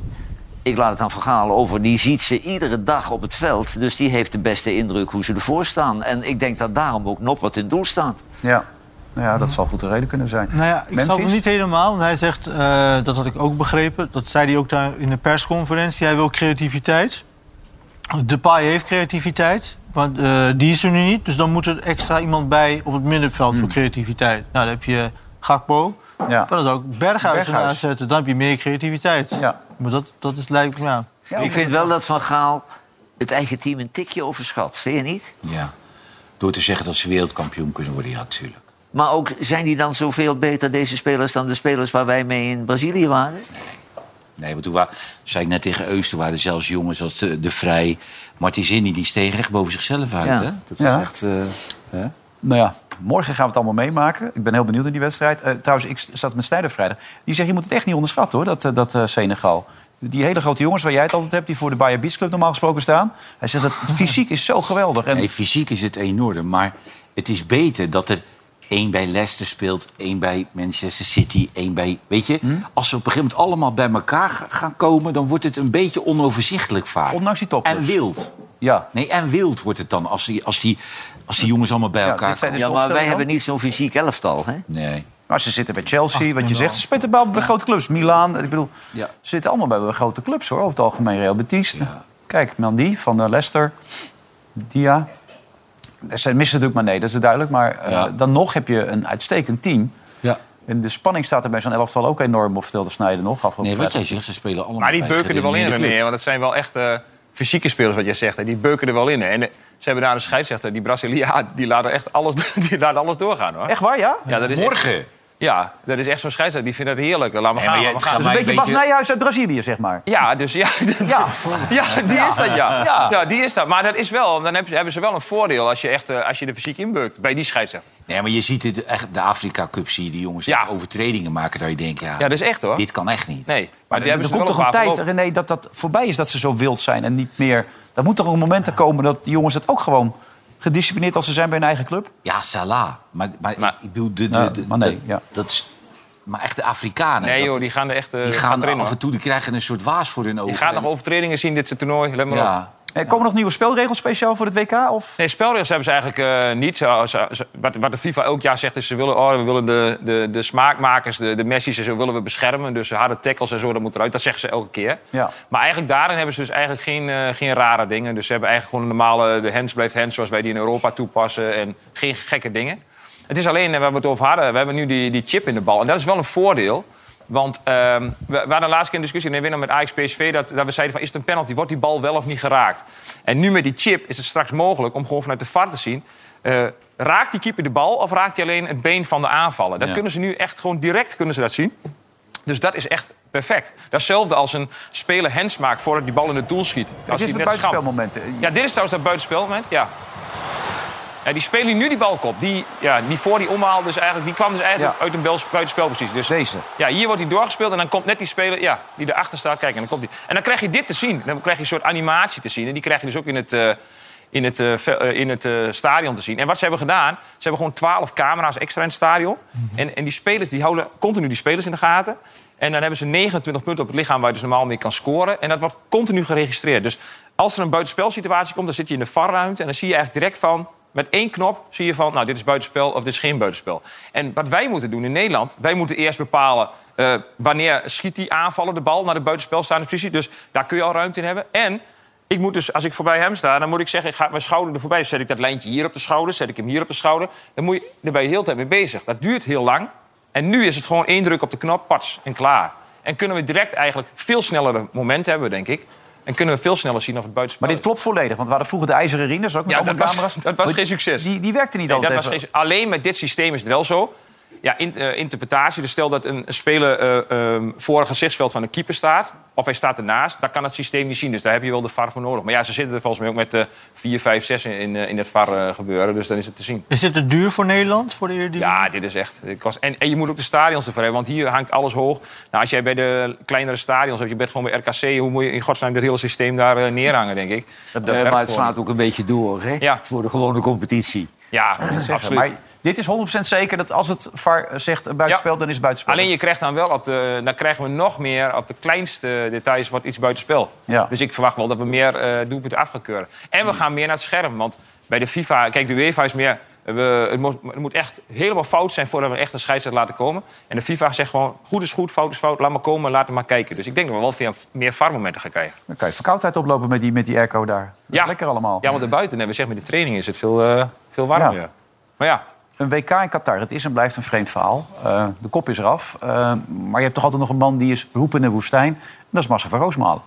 ik laat het aan Van Gaal over. Die ziet ze iedere dag op het veld. Dus die heeft de beste indruk hoe ze ervoor staan. En ik denk dat daarom ook Noppert in het doel staat. Ja. Nou ja, dat zal goed de reden kunnen zijn. Nou ja, ik snap hem niet helemaal. Want hij zegt, dat had ik ook begrepen. Dat zei hij ook daar in de persconferentie. Hij wil creativiteit. Depay heeft creativiteit. Maar die is er nu niet. Dus dan moet er extra iemand bij op het middenveld voor creativiteit. Nou, dan heb je Gakpo. Ja. Maar dan zou ik Berghuis ernaast zetten. Dan heb je meer creativiteit. Ja. Maar dat is lijkt me... Ja. Ik vind wel dat Van Gaal het eigen team een tikje overschat. Vind je niet? Ja. Door te zeggen dat ze wereldkampioen kunnen worden, ja, natuurlijk. Maar ook, zijn die dan zoveel beter, deze spelers, dan de spelers waar wij mee in Brazilië waren? Nee, want toen zei ik net tegen Eus, toen waren er zelfs jongens als de Vrij. Martizini, die steeg echt boven zichzelf uit. Ja. Hè? Dat was echt... Nou ja, morgen gaan we het allemaal meemaken. Ik ben heel benieuwd naar die wedstrijd. Trouwens, ik zat met Snijder vrijdag. Die zegt, je moet het echt niet onderschatten, hoor, dat Senegal. Die hele grote jongens waar jij het altijd hebt, die voor de Bayer Beach Club normaal gesproken staan. Hij zegt, dat fysiek is zo geweldig. En... Nee, fysiek is het enorm, maar het is beter dat er... 1 bij Leicester speelt, 1 bij Manchester City, 1 bij... Weet je, als we op een gegeven moment allemaal bij elkaar gaan komen... dan wordt het een beetje onoverzichtelijk vaak. Ondanks die toppers. En wild. Ja. Nee, en wild wordt het dan als die jongens allemaal bij elkaar komen. Ja, maar wij hebben niet zo'n fysiek elftal, hè? Nee. Maar ze zitten bij Chelsea, wat je zegt. Ze spelen wel bij grote clubs. Milaan, ik bedoel... Ze zitten allemaal bij grote clubs, hoor. Over het algemeen Real Betis. Ja. Kijk, Mendy van Leicester. Dia... Ze missen natuurlijk maar nee, dat is duidelijk. Maar dan nog heb je een uitstekend team. Ja. En de spanning staat er bij zo'n elftal ook enorm, of vertelde Snijder nog. Nee, wat jij zegt, ze spelen allemaal... Maar die beuken er wel in, René. Want het zijn wel echt fysieke spelers, wat jij zegt. Hè. Die beuken er wel in. Hè. En ze hebben daar een scheidsrechter, die Braziliaan, die laat er echt alles doorgaan, hoor. Echt waar, ja? Ja, dat is morgen? Echt, ja, dat is echt zo'n scheidsrechter. Die vindt het heerlijk. Laat maar gaan. Dat is een beetje Bas Nijhuis uit Brazilië, zeg maar. Ja, dus ja. Die is dat, ja, die is dat. Maar dat is wel, dan hebben ze wel een voordeel als je er fysiek inbeukt bij die scheidsrechter. Nee, maar je ziet het echt, de Afrika Cup zie je die jongens overtredingen maken. Dat je denkt, ja, dat is echt, hoor. Dit kan echt niet. Nee, maar er komt toch een tijd, René, dat voorbij is dat ze zo wild zijn en niet meer... Er moet toch een moment komen dat die jongens het ook gewoon... gedisciplineerd als ze zijn bij hun eigen club? Ja, Salah. Maar ik bedoel, dat is... Maar echt de Afrikanen. Nee, joh, die gaan er echt... die gaan er af en toe, die krijgen een soort waas voor hun ogen. Je gaat nog overtredingen zien dit toernooi, let maar op. Komen er nog nieuwe spelregels speciaal voor het WK? Of? Nee, spelregels hebben ze eigenlijk niet. Wat de FIFA elk jaar zegt is... we willen de smaakmakers, de Messi's en zo willen we beschermen. Dus harde tackles en zo, dat moet eruit. Dat zeggen ze elke keer. Ja. Maar eigenlijk daarin hebben ze dus eigenlijk geen rare dingen. Dus ze hebben eigenlijk gewoon een normale... de hands blijft hands zoals wij die in Europa toepassen. En geen gekke dingen. Het is alleen, waar we het over hadden... we hebben nu die chip in de bal. En dat is wel een voordeel... Want we hadden laatst keer een discussie in de winnaar met Ajax-PSV... Dat we zeiden van, is het een penalty? Wordt die bal wel of niet geraakt? En nu met die chip is het straks mogelijk om gewoon vanuit de VAR te zien... raakt die keeper de bal of raakt hij alleen het been van de aanvaller? Dat kunnen ze nu echt gewoon direct kunnen ze dat zien. Dus dat is echt perfect. Dat is hetzelfde als een speler hands maakt voordat die bal in het doel schiet. Dit is het buitenspelmoment. Ja, dit is trouwens dat buitenspelmoment, ja. Ja, die spelen nu die balkop. Die voor die omhaal, die kwam dus eigenlijk uit een buitenspelpositie. Dus, deze? Ja, hier wordt hij doorgespeeld en dan komt net die speler die erachter staat. Kijk, en dan komt hij. En dan krijg je dit te zien. Dan krijg je een soort animatie te zien. En die krijg je dus ook in het stadion te zien. En wat ze hebben gedaan, ze hebben gewoon 12 camera's extra in het stadion. En die spelers die houden continu die spelers in de gaten. En dan hebben ze 29 punten op het lichaam waar je dus normaal mee kan scoren. En dat wordt continu geregistreerd. Dus als er een buitenspelsituatie komt, dan zit je in de VAR-ruimte. En dan zie je eigenlijk direct van... Met 1 knop zie je van, nou, dit is buitenspel of dit is geen buitenspel. En wat wij moeten doen in Nederland... wij moeten eerst bepalen wanneer schiet die aanvallen de bal... naar de buitenspel staande positie. Dus daar kun je al ruimte in hebben. En ik moet dus, als ik voorbij hem sta... dan moet ik zeggen, ik ga mijn schouder er voorbij. Zet ik dat lijntje hier op de schouder, zet ik hem hier op de schouder. Dan ben je de hele tijd mee bezig. Dat duurt heel lang. En nu is het gewoon 1 druk op de knop, pats en klaar. En kunnen we direct eigenlijk veel snellere momenten hebben, denk ik... En kunnen we veel sneller zien of het buitenspel Maar dit klopt volledig, want we hadden vroeger de ijzeren ring. Dat is ook met allemaal camera's. Dat was geen succes. Die werkte niet altijd. Alleen met dit systeem is het wel zo. Ja, interpretatie. Dus stel dat een speler voor het gezichtsveld van een keeper staat... of hij staat ernaast, dan kan het systeem niet zien. Dus daar heb je wel de VAR voor nodig. Maar ja, ze zitten er volgens mij ook met 4, 5, 6 in het VAR gebeuren. Dus dan is het te zien. Is dit te duur voor Nederland, voor de Eredivisie? Ja, dit is echt... En je moet ook de stadions ervoor hebben, want hier hangt alles hoog. Nou, als jij bij de kleinere stadions hebt, je bent gewoon bij RKC... hoe moet je in godsnaam dit hele systeem daar neerhangen, denk ik? Maar het slaat ook een beetje door, hè? Ja. Voor de gewone competitie. Ja, absoluut. Maar dit is 100% zeker dat als het VAR zegt buitenspel, dan is het buitenspel. Alleen je krijgt dan wel dan krijgen we nog meer op de kleinste details wat iets buitenspel. Ja. Dus ik verwacht wel dat we meer doelpunten af gaan keuren. En we gaan meer naar het scherm, want bij de FIFA... Kijk, de UEFA is meer... Het moet echt helemaal fout zijn voordat we echt een scheidsrechter laten komen. En de FIFA zegt gewoon, goed is goed, fout is fout, laat maar komen, laat maar kijken. Dus ik denk dat we wel veel meer VAR-momenten gaan krijgen. Dan kan je verkoudheid oplopen met die airco daar. Dat is lekker allemaal. Ja, want erbuiten, we zeggen met de training is het veel warmer. Ja. Maar ja... Een WK in Qatar, het is en blijft een vreemd verhaal. De kop is eraf. Maar je hebt toch altijd nog een man die is roepen in de woestijn. En dat is Marcel van Roosmalen.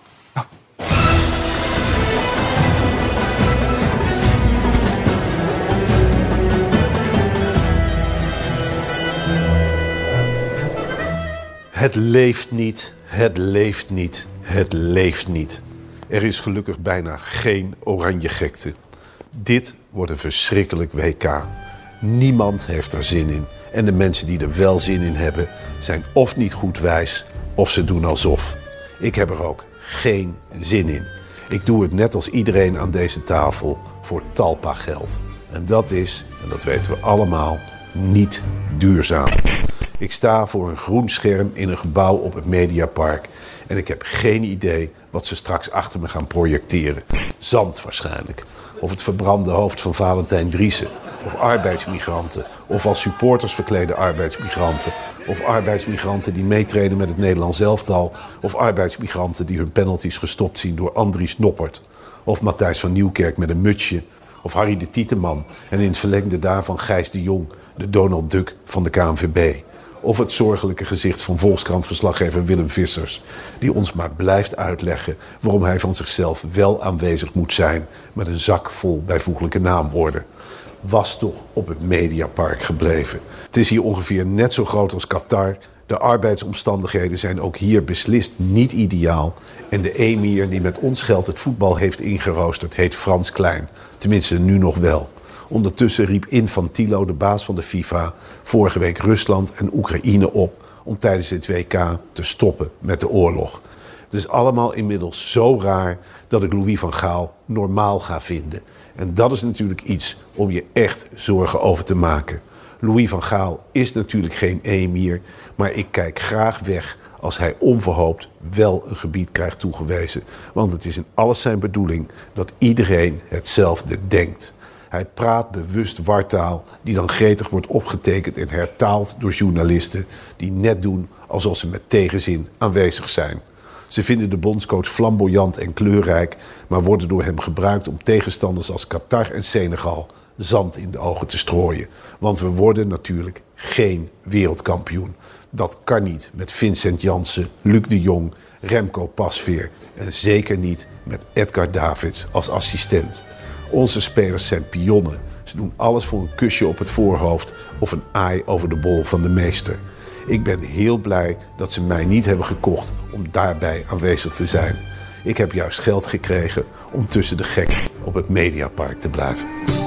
Het leeft niet, het leeft niet, het leeft niet. Er is gelukkig bijna geen oranje gekte. Dit wordt een verschrikkelijk WK. Niemand heeft er zin in. En de mensen die er wel zin in hebben, zijn of niet goed wijs, of ze doen alsof. Ik heb er ook geen zin in. Ik doe het net als iedereen aan deze tafel voor Talpa-geld. En dat is, en dat weten we allemaal, niet duurzaam. Ik sta voor een groen scherm in een gebouw op het Mediapark. En ik heb geen idee wat ze straks achter me gaan projecteren. Zand waarschijnlijk. Of het verbrande hoofd van Valentijn Driessen. Of arbeidsmigranten. Of als supporters verklede arbeidsmigranten. Of arbeidsmigranten die meetreden met het Nederlands elftal. Of arbeidsmigranten die hun penalties gestopt zien door Andries Noppert. Of Matthijs van Nieuwkerk met een mutsje. Of Harry de Tieteman. En in het verlengde daarvan Gijs de Jong, de Donald Duck van de KNVB. Of het zorgelijke gezicht van Volkskrant-verslaggever Willem Vissers, die ons maar blijft uitleggen waarom hij van zichzelf wel aanwezig moet zijn met een zak vol bijvoeglijke naamwoorden. Was toch op het Mediapark gebleven. Het is hier ongeveer net zo groot als Qatar. De arbeidsomstandigheden zijn ook hier beslist niet ideaal. En de emir die met ons geld het voetbal heeft ingeroosterd heet Frans Klein. Tenminste, nu nog wel. Ondertussen riep Infantilo, de baas van de FIFA, vorige week Rusland en Oekraïne op om tijdens het WK te stoppen met de oorlog. Het is allemaal inmiddels zo raar dat ik Louis van Gaal normaal ga vinden. En dat is natuurlijk iets om je echt zorgen over te maken. Louis van Gaal is natuurlijk geen emir, maar ik kijk graag weg als hij onverhoopt wel een gebied krijgt toegewezen. Want het is in alles zijn bedoeling dat iedereen hetzelfde denkt. Hij praat bewust wartaal die dan gretig wordt opgetekend en hertaald door journalisten die net doen alsof ze met tegenzin aanwezig zijn. Ze vinden de bondscoach flamboyant en kleurrijk, maar worden door hem gebruikt om tegenstanders als Qatar en Senegal zand in de ogen te strooien. Want we worden natuurlijk geen wereldkampioen. Dat kan niet met Vincent Janssen, Luc de Jong, Remco Pasveer en zeker niet met Edgar Davids als assistent. Onze spelers zijn pionnen. Ze doen alles voor een kusje op het voorhoofd of een aai over de bol van de meester. Ik ben heel blij dat ze mij niet hebben gekocht om daarbij aanwezig te zijn. Ik heb juist geld gekregen om tussen de gekken op het Mediapark te blijven.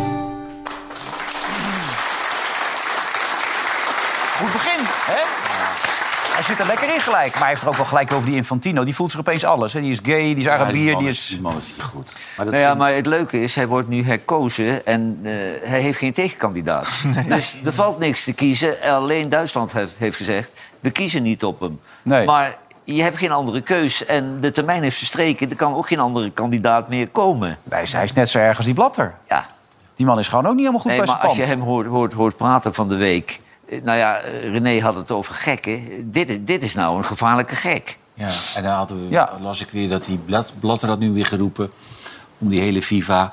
Goed begin, hè? Hij zit er lekker in gelijk. Maar hij heeft er ook wel gelijk over die Infantino. Die voelt zich opeens alles. Hè? Die is gay, die is Arabier, die is... Die man is niet goed. Maar het leuke is, hij wordt nu herkozen en hij heeft geen tegenkandidaat. Nee. Dus er valt niks te kiezen. Alleen Duitsland heeft gezegd, we kiezen niet op hem. Nee. Maar je hebt geen andere keus. En de termijn is verstreken. Er kan ook geen andere kandidaat meer komen. Hij is net zo erg als die Blatter. Ja. Die man is gewoon ook niet helemaal goed bij zijn pan. Maar als je hem hoort praten van de week... Nou ja, René had het over gekken. Dit is nou een gevaarlijke gek. Ja, en dan las ik weer dat die Blatter had nu weer geroepen... om die hele FIFA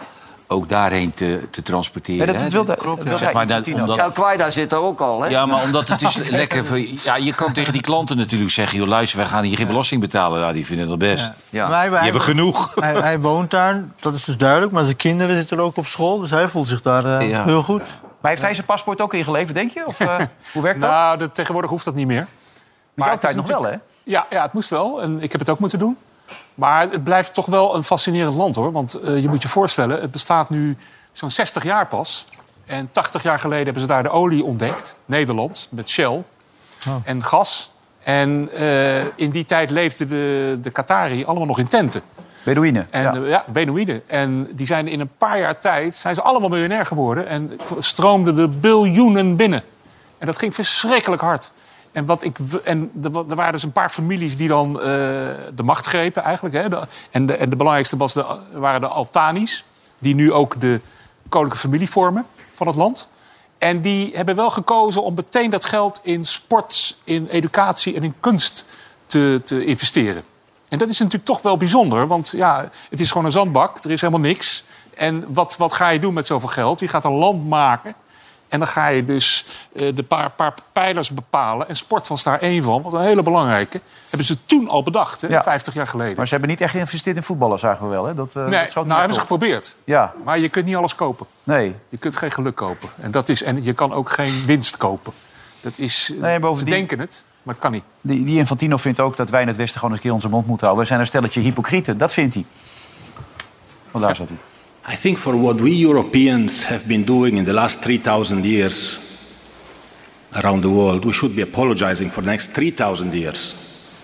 ook daarheen te transporteren. Ja, dat hè? wilde zeg maar, omdat... Al-Qaeda zit daar ook al, hè? Ja, maar omdat het is lekker... Ja, je kan tegen die klanten natuurlijk zeggen... joh, luister, wij gaan hier geen belasting betalen. Ja, die vinden dat best. Ja. Ja. Maar Die hebben genoeg. Hij woont daar, dat is dus duidelijk. Maar zijn kinderen zitten er ook op school. Dus hij voelt zich daar heel goed. Maar heeft hij zijn paspoort ook ingeleverd, denk je? Of hoe werkt dat? Nou, tegenwoordig hoeft dat niet meer. Maar jouw tijd het nog is wel, hè? Ja, het moest wel. En ik heb het ook moeten doen. Maar het blijft toch wel een fascinerend land, hoor. Want je moet je voorstellen, het bestaat nu zo'n 60 jaar pas. En 80 jaar geleden hebben ze daar de olie ontdekt. Nederland, met Shell. En gas. En in die tijd leefden de Qatari allemaal nog in tenten. Bedouinen. Ja, Bedouinen. En die zijn in een paar jaar tijd zijn ze allemaal miljonair geworden. En stroomden de biljoenen binnen. En dat ging verschrikkelijk hard. En er waren dus een paar families die dan de macht grepen eigenlijk. Hè. En de belangrijkste waren de Al-Thani's. Die nu ook de koninklijke familie vormen van het land. En die hebben wel gekozen om meteen dat geld in sport, in educatie en in kunst te investeren. En dat is natuurlijk toch wel bijzonder. Want ja, het is gewoon een zandbak. Er is helemaal niks. En wat ga je doen met zoveel geld? Je gaat een land maken. En dan ga je dus de paar pijlers bepalen. En sport was daar één van, wat een hele belangrijke. Hebben ze toen al bedacht, hè, 50 jaar geleden. Maar ze hebben niet echt geïnvesteerd in voetballen, zagen we wel. Hè? Dat hebben ze geprobeerd. Ja. Maar je kunt niet alles kopen. Nee. Je kunt geen geluk kopen. En je kan ook geen winst kopen. Dat is, ze denken het, maar het kan niet. Die Infantino vindt ook dat wij in het Westen gewoon eens een keer onze mond moeten houden. We zijn een stelletje hypocrieten, dat vindt hij. Want daar zat hij. I think for what we Europeans have been doing in the last 3,000 years around the world, we should be apologizing for the next 3,000 years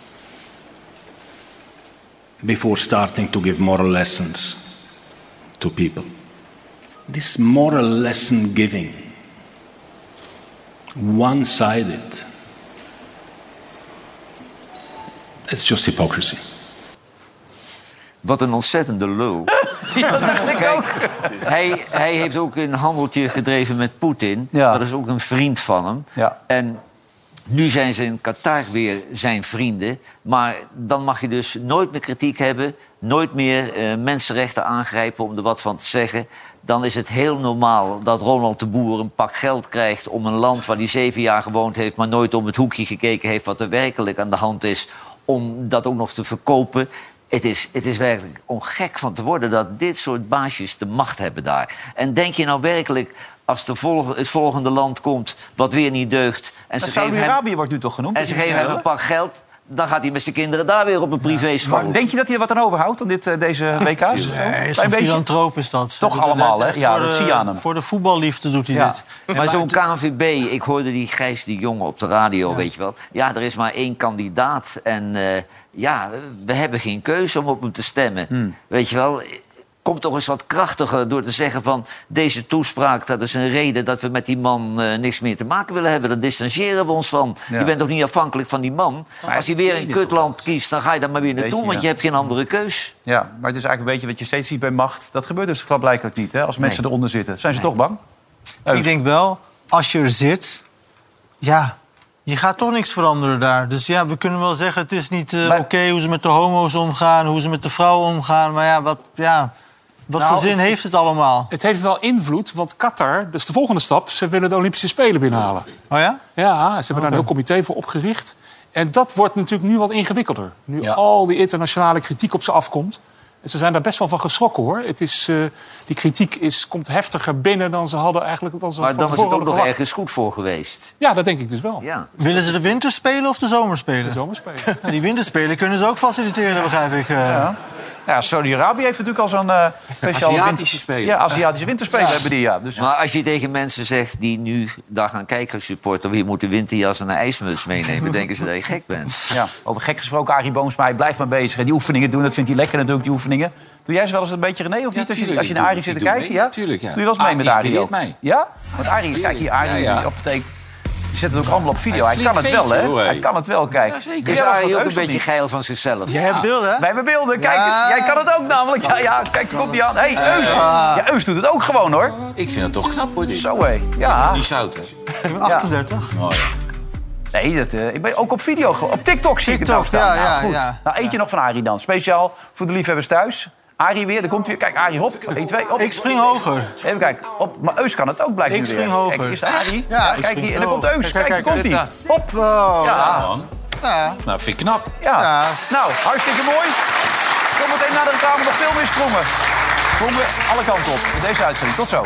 before starting to give moral lessons to people. This moral lesson giving, one-sided, it's just hypocrisy. Wat een ontzettende lul. Ja, dat dacht ik ook. Hij heeft ook een handeltje gedreven met Poetin. Ja. Dat is ook een vriend van hem. Ja. En nu zijn ze in Qatar weer zijn vrienden. Maar dan mag je dus nooit meer kritiek hebben. Nooit meer mensenrechten aangrijpen om er wat van te zeggen. Dan is het heel normaal dat Ronald de Boer een pak geld krijgt... om een land waar hij 7 jaar gewoond heeft... maar nooit om het hoekje gekeken heeft wat er werkelijk aan de hand is... om dat ook nog te verkopen... Het is werkelijk om gek van te worden dat dit soort baasjes de macht hebben daar. En denk je nou werkelijk, als het volgende land komt wat weer niet deugt... Saudi-Arabië wordt nu toch genoemd? En ze geven hem een pak geld, dan gaat hij met zijn kinderen daar weer op een privéschool. Maar denk je dat hij er wat aan overhoudt aan deze WK's? Nee, zo'n filantroop is dat. Toch allemaal, hè? Ja, dat zie je aan hem. Voor de voetballiefde doet hij dit. Maar zo'n KNVB, ik hoorde die Gijs de Jonge op de radio, weet je wel. Ja, er is maar 1 kandidaat en we hebben geen keuze om op hem te stemmen. Weet je wel, kom toch eens wat krachtiger door te zeggen van... deze toespraak, dat is een reden dat we met die man niks meer te maken willen hebben. Daar distancieren we ons van. Ja. Je bent toch niet afhankelijk van die man? Maar als hij weer een kutland kiest, dan ga je daar maar weer naartoe... want je hebt geen andere keus. Ja, maar het is eigenlijk een beetje wat je steeds ziet bij macht. Dat gebeurt dus blijkbaar niet, hè? Als mensen eronder zitten. Zijn ze toch bang? Ik denk wel, als je er zit... ja, je gaat toch niks veranderen daar. Dus ja, we kunnen wel zeggen, het is niet oké hoe ze met de homo's omgaan... hoe ze met de vrouwen omgaan, maar wat voor zin heeft het allemaal? Het heeft wel invloed, want Qatar, dus de volgende stap... ze willen de Olympische Spelen binnenhalen. Oh ja? Ja, ze hebben daar een heel comité voor opgericht. En dat wordt natuurlijk nu wat ingewikkelder. Nu al die internationale kritiek op ze afkomt. En ze zijn daar best wel van geschrokken, hoor. Het is, die kritiek komt heftiger binnen dan ze hadden eigenlijk... Maar dan was het ook nog ergens goed voor geweest. Ja, dat denk ik dus wel. Ja. Willen ze de winterspelen of de zomerspelen? De zomerspelen. Ja, die winterspelen kunnen ze ook faciliteren, begrijp ik. Ja, Saudi-Arabië heeft natuurlijk al zo'n speciale... Aziatische spelen. Ja, Aziatische winterspelen hebben die, ja. Dus... Maar als je tegen mensen zegt die nu daar gaan kijken supporten... wie moet de winterjas en een ijsmuts meenemen... denken ze dat je gek bent. Ja, over gek gesproken, Arie Boomsma, hij blijft maar bezig. Die oefeningen doen, dat vindt hij lekker natuurlijk, die oefeningen. Doe jij ze wel eens een beetje, René, of niet? Als je naar Arie zit te kijken, ja? Tuurlijk, ja. Doe je wel eens mee met Arie ook? Mij. Ja? Want Arie, kijk hier, Arie, die apotheek... Je zet het ook allemaal op video. Hij kan het wel, hè? Hij kan het wel, kijk. Is Arie ook een beetje geil van zichzelf? Je hebt beelden, hè? Wij hebben beelden, kijk eens. Jij kan het ook namelijk. Ja, kijk, komt die aan. Hé, Eus. Ja, Eus doet het ook gewoon, hoor. Ik vind het toch knap, hoor, dit. Zo, hé. Ja. Niet zout, hè? Ik ben 38. Oh, ja. Nee, ik ben ook op video. Op TikTok zie ik het nou staan. Ja, goed. ja. Nou, eentje nog van Arie dan. Speciaal voor de liefhebbers thuis. Arie weer, daar komt hij weer. Kijk, Arie, hop. 1, 2, op. Ik spring hoger. Even kijken. Op. Maar Eus kan het ook blijkbaar Ik weer. spring hoger. Kijk, is Arie. Ja, Kijk hier, en dan komt Eus. Kijk, daar komt hij. Ja. Hop. Ja, man. Ja. Nou, vind ik knap. Ja. Nou, hartstikke mooi. Zometeen na de reclame nog veel meer sprongen. Sprongen alle kanten op in deze uitzending. Tot zo.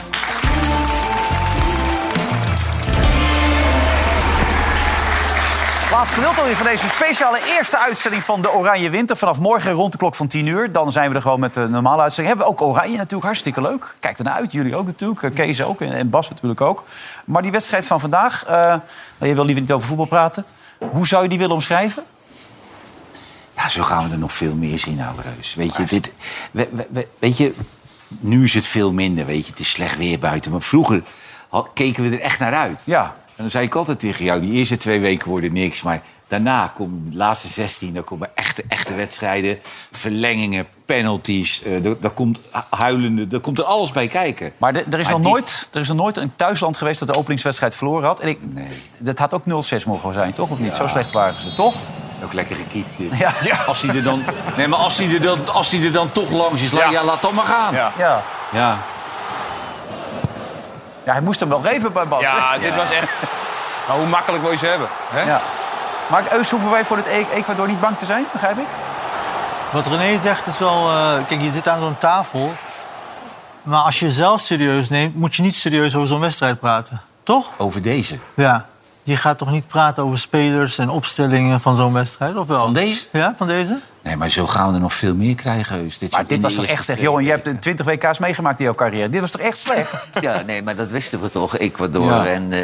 Laatste gedeelte alweer van deze speciale eerste uitzending van de Oranje Winter. Vanaf morgen rond de klok van 10 uur. Dan zijn we er gewoon met de normale uitzending. Hebben we ook Oranje natuurlijk, hartstikke leuk. Kijk ernaar uit, jullie ook natuurlijk. Kees ook en Bas natuurlijk ook. Maar die wedstrijd van vandaag, je wil liever niet over voetbal praten. Hoe zou je die willen omschrijven? Ja, zo gaan we er nog veel meer zien, ouwe Reus. Weet je, nu is het veel minder, weet je. Het is slecht weer buiten. Maar vroeger keken we er echt naar uit. Ja. En dan zei ik altijd tegen jou, die eerste 2 weken worden niks. Maar daarna komen de laatste 16, dan komen echte wedstrijden. Verlengingen, penalties. Daar komt huilende, daar komt er alles bij kijken. Maar er is nog nooit een thuisland geweest dat de openingswedstrijd verloren had. En dat had ook 0-6 mogen zijn, toch? Of niet? Zo slecht waren ze, toch? Ook lekker gekiept dit. Ja. Als hij er dan, nee, maar als hij er dan toch langs is, laat dan maar gaan. Ja. Ja. Ja, hij moest hem wel geven bij Bas. Ja, dit was echt... Maar hoe makkelijk wil je ze hebben? Hè? Ja. Maar Eus, hoeven wij voor het Ecuador niet bang te zijn, begrijp ik? Wat René zegt is wel... kijk, je zit aan zo'n tafel. Maar als je jezelf serieus neemt, moet je niet serieus over zo'n wedstrijd praten. Toch? Over deze? Ja. Je gaat toch niet praten over spelers en opstellingen van zo'n wedstrijd, of wel? Van deze? Ja, van deze? Nee, maar zo gaan we er nog veel meer krijgen, Heus. Dit was toch echt slecht? Johan, je hebt 20 WK's meegemaakt in jouw carrière. Dit was toch echt slecht? Ja, nee, maar dat wisten we toch. Ecuador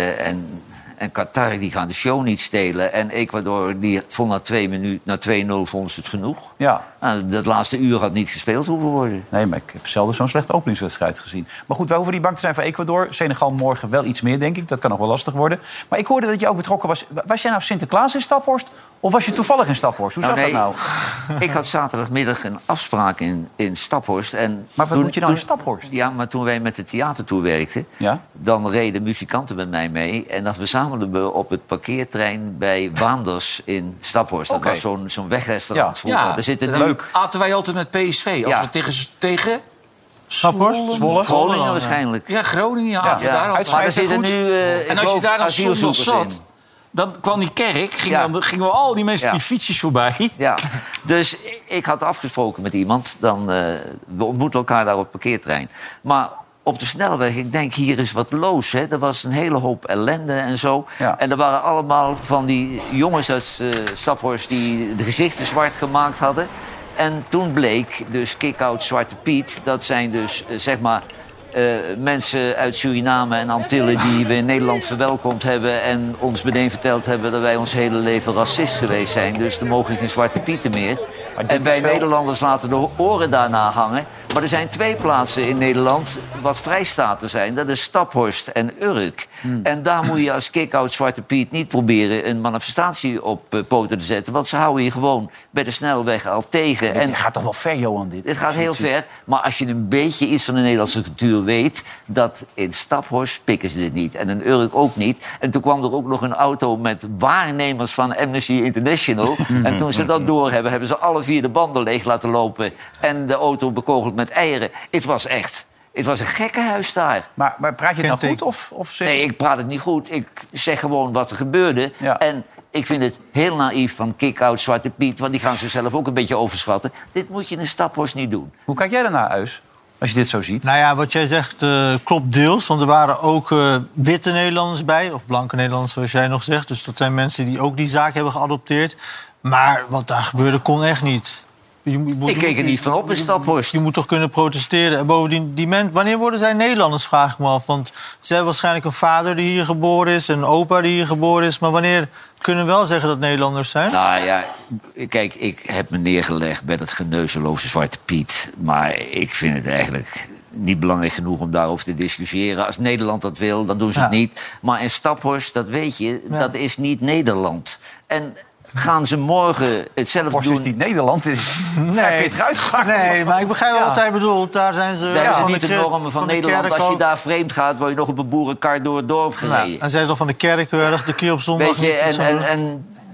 en Qatar die gaan de show niet stelen. En Ecuador die vond na 2-0 vonden ze het genoeg. Ja. Nou, dat laatste uur had niet gespeeld hoeven worden. Nee, maar ik heb zelden zo'n slechte openingswedstrijd gezien. Maar goed, wij hoeven niet bang te zijn voor Ecuador. Senegal morgen wel iets meer, denk ik. Dat kan nog wel lastig worden. Maar ik hoorde dat je ook betrokken was. Was jij nou Sinterklaas in Staphorst? Of was je toevallig in Staphorst? Hoe zat dat nou? Ik had zaterdagmiddag een afspraak in Staphorst. Maar wat moet je nou in Staphorst? Ja, maar toen wij met de theatertour werkten... dan reden muzikanten met mij mee. En dan verzamelden we op het parkeertrein bij Waanders in Staphorst. Dat was zo'n wegrestaurant vroeger. Ja, Er zitten leuk. Aten wij altijd met PSV. Als we tegen Staphorst? Zwolle? Groningen waarschijnlijk. Ja, Groningen aten we daar altijd. Maar er zitten nu en als je daar dan asielzoekers zat... in. Dan kwam die kerk, gingen we al die mensen die fietsjes voorbij. Ja, dus ik had afgesproken met iemand. We ontmoeten elkaar daar op het parkeerterrein. Maar op de snelweg, ik denk, hier is wat loos. Hè? Er was een hele hoop ellende en zo. Ja. En er waren allemaal van die jongens uit Staphorst... die de gezichten zwart gemaakt hadden. En toen bleek dus Kick-Out Zwarte Piet... dat zijn dus, zeg maar... mensen uit Suriname en Antillen die we in Nederland verwelkomd hebben... en ons meteen verteld hebben dat wij ons hele leven racist geweest zijn. Dus er mogen geen Zwarte Pieten meer. En wij Nederlanders laten de oren daarna hangen. Maar er zijn 2 plaatsen in Nederland wat vrijstaten zijn. Dat is Staphorst en Urk. En daar moet je als Kick-Out Zwarte Piet niet proberen... een manifestatie op poten te zetten. Want ze houden je gewoon bij de snelweg al tegen. Het gaat toch wel ver, Johan, dit? Het gaat heel ver. Maar als je een beetje iets van de Nederlandse cultuur weet... dat in Staphorst pikken ze dit niet. En in Urk ook niet. En toen kwam er ook nog een auto met waarnemers van Amnesty International. En toen ze dat doorhebben, hebben ze alle 4 de banden leeg laten lopen... en de auto bekogeld met eieren. Het was een gekkenhuis daar. Maar praat je het nou goed? Of zeg... Nee, ik praat het niet goed. Ik zeg gewoon wat er gebeurde. Ja. En ik vind het heel naïef van Kick-Out Zwarte Piet... want die gaan zichzelf ook een beetje overschatten. Dit moet je in Staphorst niet doen. Hoe kijk jij daarnaar, Eus? Als je dit zo ziet. Nou ja, wat jij zegt klopt deels. Want er waren ook witte Nederlanders bij. Of blanke Nederlanders, zoals jij nog zegt. Dus dat zijn mensen die ook die zaak hebben geadopteerd. Maar wat daar gebeurde kon echt niet. Ik keek er niet van op in Staphorst. Je moet toch kunnen protesteren. En bovendien, wanneer worden zij Nederlanders, vraag ik me af. Want ze hebben waarschijnlijk een vader die hier geboren is... een opa die hier geboren is. Maar wanneer kunnen we wel zeggen dat Nederlanders zijn? Nou ja, kijk, ik heb me neergelegd bij dat geneuzeloze Zwarte Piet. Maar ik vind het eigenlijk niet belangrijk genoeg om daarover te discussiëren. Als Nederland dat wil, dan doen ze het niet. Maar in Staphorst, dat weet je, dat is niet Nederland. En... gaan ze morgen hetzelfde doen? is niet Nederland, is eruit gegaan. Nee, maar ik begrijp wel wat hij bedoelt. Daar zijn ze... Daar zijn niet de normen van Nederland. Als je daar vreemd gaat, word je nog op een boerenkar door het dorp gereden. En zij is al van de kerk, de keer op zondag. Weet je, en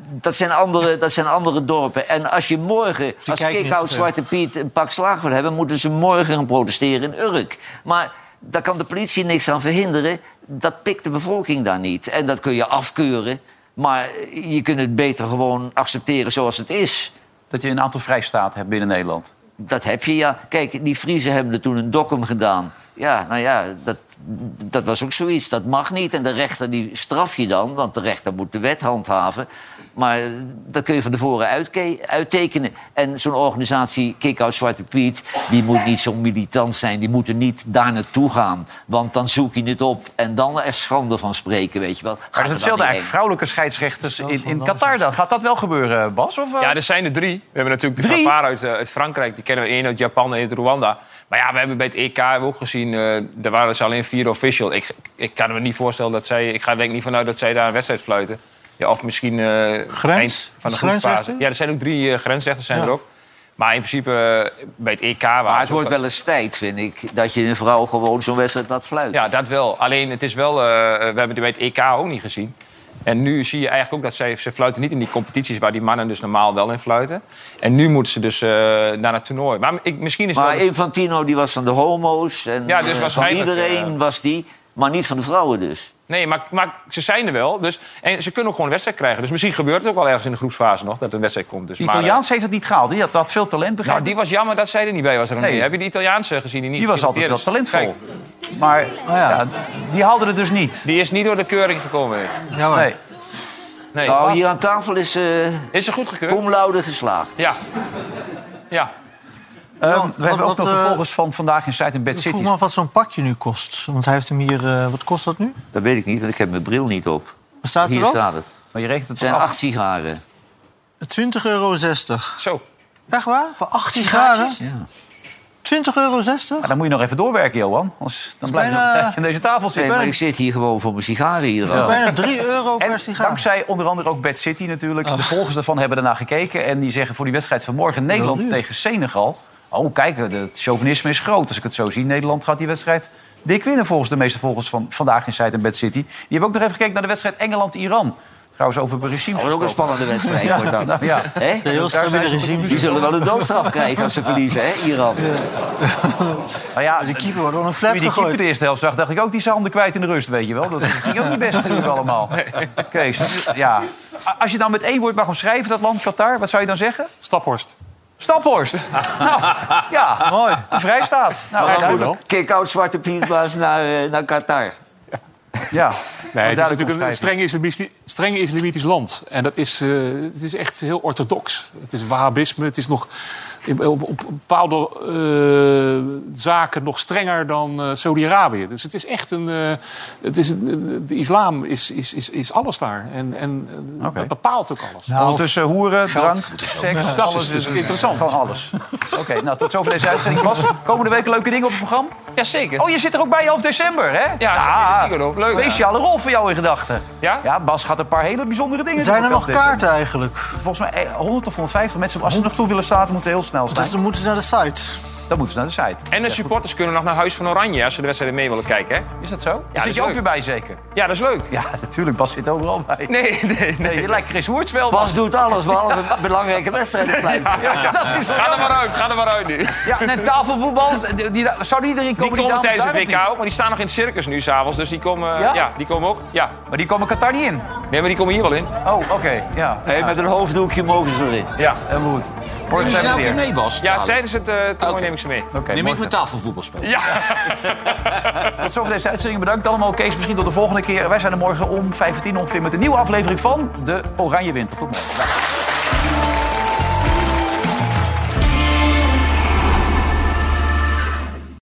Dat zijn andere dorpen. En als je morgen, als Kick-Out Zwarte Piet een pak slaag wil hebben... moeten ze morgen gaan protesteren in Urk. Maar daar kan de politie niks aan verhinderen. Dat pikt de bevolking daar niet. En dat kun je afkeuren. Maar je kunt het beter gewoon accepteren zoals het is. Dat je een aantal vrijstaten hebt binnen Nederland. Dat heb je, ja. Kijk, die Friesen hebben er toen een dokkum gedaan. Ja, nou ja, dat was ook zoiets. Dat mag niet. En de rechter die straf je dan, want de rechter moet de wet handhaven. Maar dat kun je van tevoren uittekenen. En zo'n organisatie, Kick-Out Zwarte Piet... die moet niet zo militant zijn. Die moeten niet daar naartoe gaan. Want dan zoek je het op en dan er schande van spreken, weet je wel. Maar is hetzelfde eigenlijk vrouwelijke scheidsrechters in Qatar dan? Gaat dat wel gebeuren, Bas? Of, Ja, er zijn er 3. We hebben natuurlijk de paar uit Frankrijk. Die kennen we, 1 uit Japan en 1 uit Rwanda. Maar ja, we hebben bij het EK ook gezien... er waren dus alleen 4 officials. Ik kan me niet voorstellen dat zij... Ik ga er denk ik niet vanuit dat zij daar een wedstrijd fluiten. Ja, of misschien eind van de groepsfase. Ja, er zijn ook 3 grensrechters zijn er ook. Maar in principe bij het EK... Maar het wordt wel eens tijd, vind ik... dat je een vrouw gewoon zo'n wedstrijd laat fluiten. Ja, dat wel. Alleen het is wel... we hebben het bij het EK ook niet gezien. En nu zie je eigenlijk ook dat ze fluiten niet in die competities... waar die mannen dus normaal wel in fluiten. En nu moeten ze dus naar het toernooi. Maar misschien is maar wel... Infantino die was van de homo's. En ja, dus van iedereen was die. Maar niet van de vrouwen dus. Nee, maar ze zijn er wel. Dus, en ze kunnen ook gewoon een wedstrijd krijgen. Dus misschien gebeurt het ook wel ergens in de groepsfase nog... dat er een wedstrijd komt. Dus, de Italiaans heeft het niet gehaald. Die had veel talent, begrepen. Nou, die was jammer dat zij er niet bij was. Nee. Heb je de Italiaanse gezien? Die was altijd wel talentvol. Kijk. Maar die haalde het dus niet. Die is niet door de keuring gekomen. Ja, nee. Nee. Nou, hier aan tafel is ze goedgekeurd? Cum laude geslaagd. Ja. Ja. We hebben ook nog de volgers van Vandaag in Site in Bad City. Ik vroeg me af wat zo'n pakje nu kost. Want hij heeft hem hier... wat kost dat nu? Dat weet ik niet, want ik heb mijn bril niet op. Wat staat hier erop? Staat het. Maar je rekent het zijn 8 sigaren. €20,60. Zo. Echt waar? Voor 8 sigaren? Ja. €20,60? Maar dan moet je nog even doorwerken, Johan. Dan blijf je nog een tijdje aan deze tafel zitten. Nee, maar ik zit hier gewoon voor mijn sigaren hier. Dat is bijna €3 per sigaar. Dankzij onder andere ook Bad City natuurlijk. De volgers daarvan hebben daarna gekeken. En die zeggen voor die wedstrijd van morgen Nederland tegen Senegal... Oh, kijk, het chauvinisme is groot. Als ik het zo zie, Nederland gaat die wedstrijd dik winnen... volgens de meeste volgers van Vandaag in Site en Bad City. Die hebben ook nog even gekeken naar de wedstrijd Engeland-Iran. Trouwens, over regimes. Dat is ook een spannende wedstrijd. Ja, wordt dat. Nou, ja. Heel stabiele regimes. Die zullen wel een doodstraf krijgen als ze verliezen, hè, Iran. Nou ja, die keeper wordt wel een flat gegooid. Die keeper de eerste helft zag, dacht ik ook die zijn handen kwijt in de rust, weet je wel. Dat ging ook niet best natuurlijk allemaal. Kees, ja. Als je dan met 1 woord mag omschrijven, dat land Qatar, wat zou je dan zeggen? Staphorst. Staphorst. Nou, ja. Mooi. Een vrijstaat. Nou, Kick-Out Zwarte Piet was naar Qatar. Ja. Nee, het is natuurlijk een streng islamitisch land. En dat is, het is echt heel orthodox. Het is wahhabisme. Het is nog op bepaalde zaken nog strenger dan Saudi-Arabië. Dus het is echt de islam is alles daar. En dat bepaalt ook alles. Nou, ondertussen hoeren, drank, seks, alles is interessant. Gewoon alles. Oké, nou tot zover deze uitzending. Bas, komende week leuke dingen op het programma? Jazeker. Oh, je zit er ook bij 11 december, hè? Ja, zeker ook. Leuk. Speciale rol voor jou in gedachten. Ja? Ja, Bas gaat een paar hele bijzondere dingen doen. Zijn er nog kaarten eigenlijk? Volgens mij 100 of 150 mensen. Als ze nog toe willen staan, moeten heel snel staan. Dus dan moeten ze naar de site. Dan moeten ze naar de site. En de supporters kunnen nog naar Huis van Oranje als ze de wedstrijd mee willen kijken, hè? Is dat zo? Ja, zit je ook weer bij, zeker? Ja, dat is leuk. Ja, natuurlijk. Bas zit overal bij. Nee. Je lijkt Chris Woertsveld. Bas doet alles, behalve belangrijke wedstrijden blijven. Ja, dat is ga er maar uit nu. Ja, en tafelvoetbal, zou die erin komen? Die komen tijdens het WK ook, maar die staan nog in het circus nu s'avonds. Dus die komen, die komen ook. Ja. Maar die komen Qatar niet in? Nee, maar die komen hier wel in. Oh, oké. Ja. Nee, met een hoofddoekje mogen ze erin. Ja, helemaal goed. Morgen zijn we weer mee, Bas? Ja, tijdens het toernooi neem ik ze mee. Neem ik mijn tafelvoetbal spelen? Ja. Tot zover deze uitzending. Bedankt allemaal. Kees, misschien tot de volgende keer. Wij zijn er morgen om 5:10 ongeveer met een nieuwe aflevering van De Oranje Winter. Tot morgen.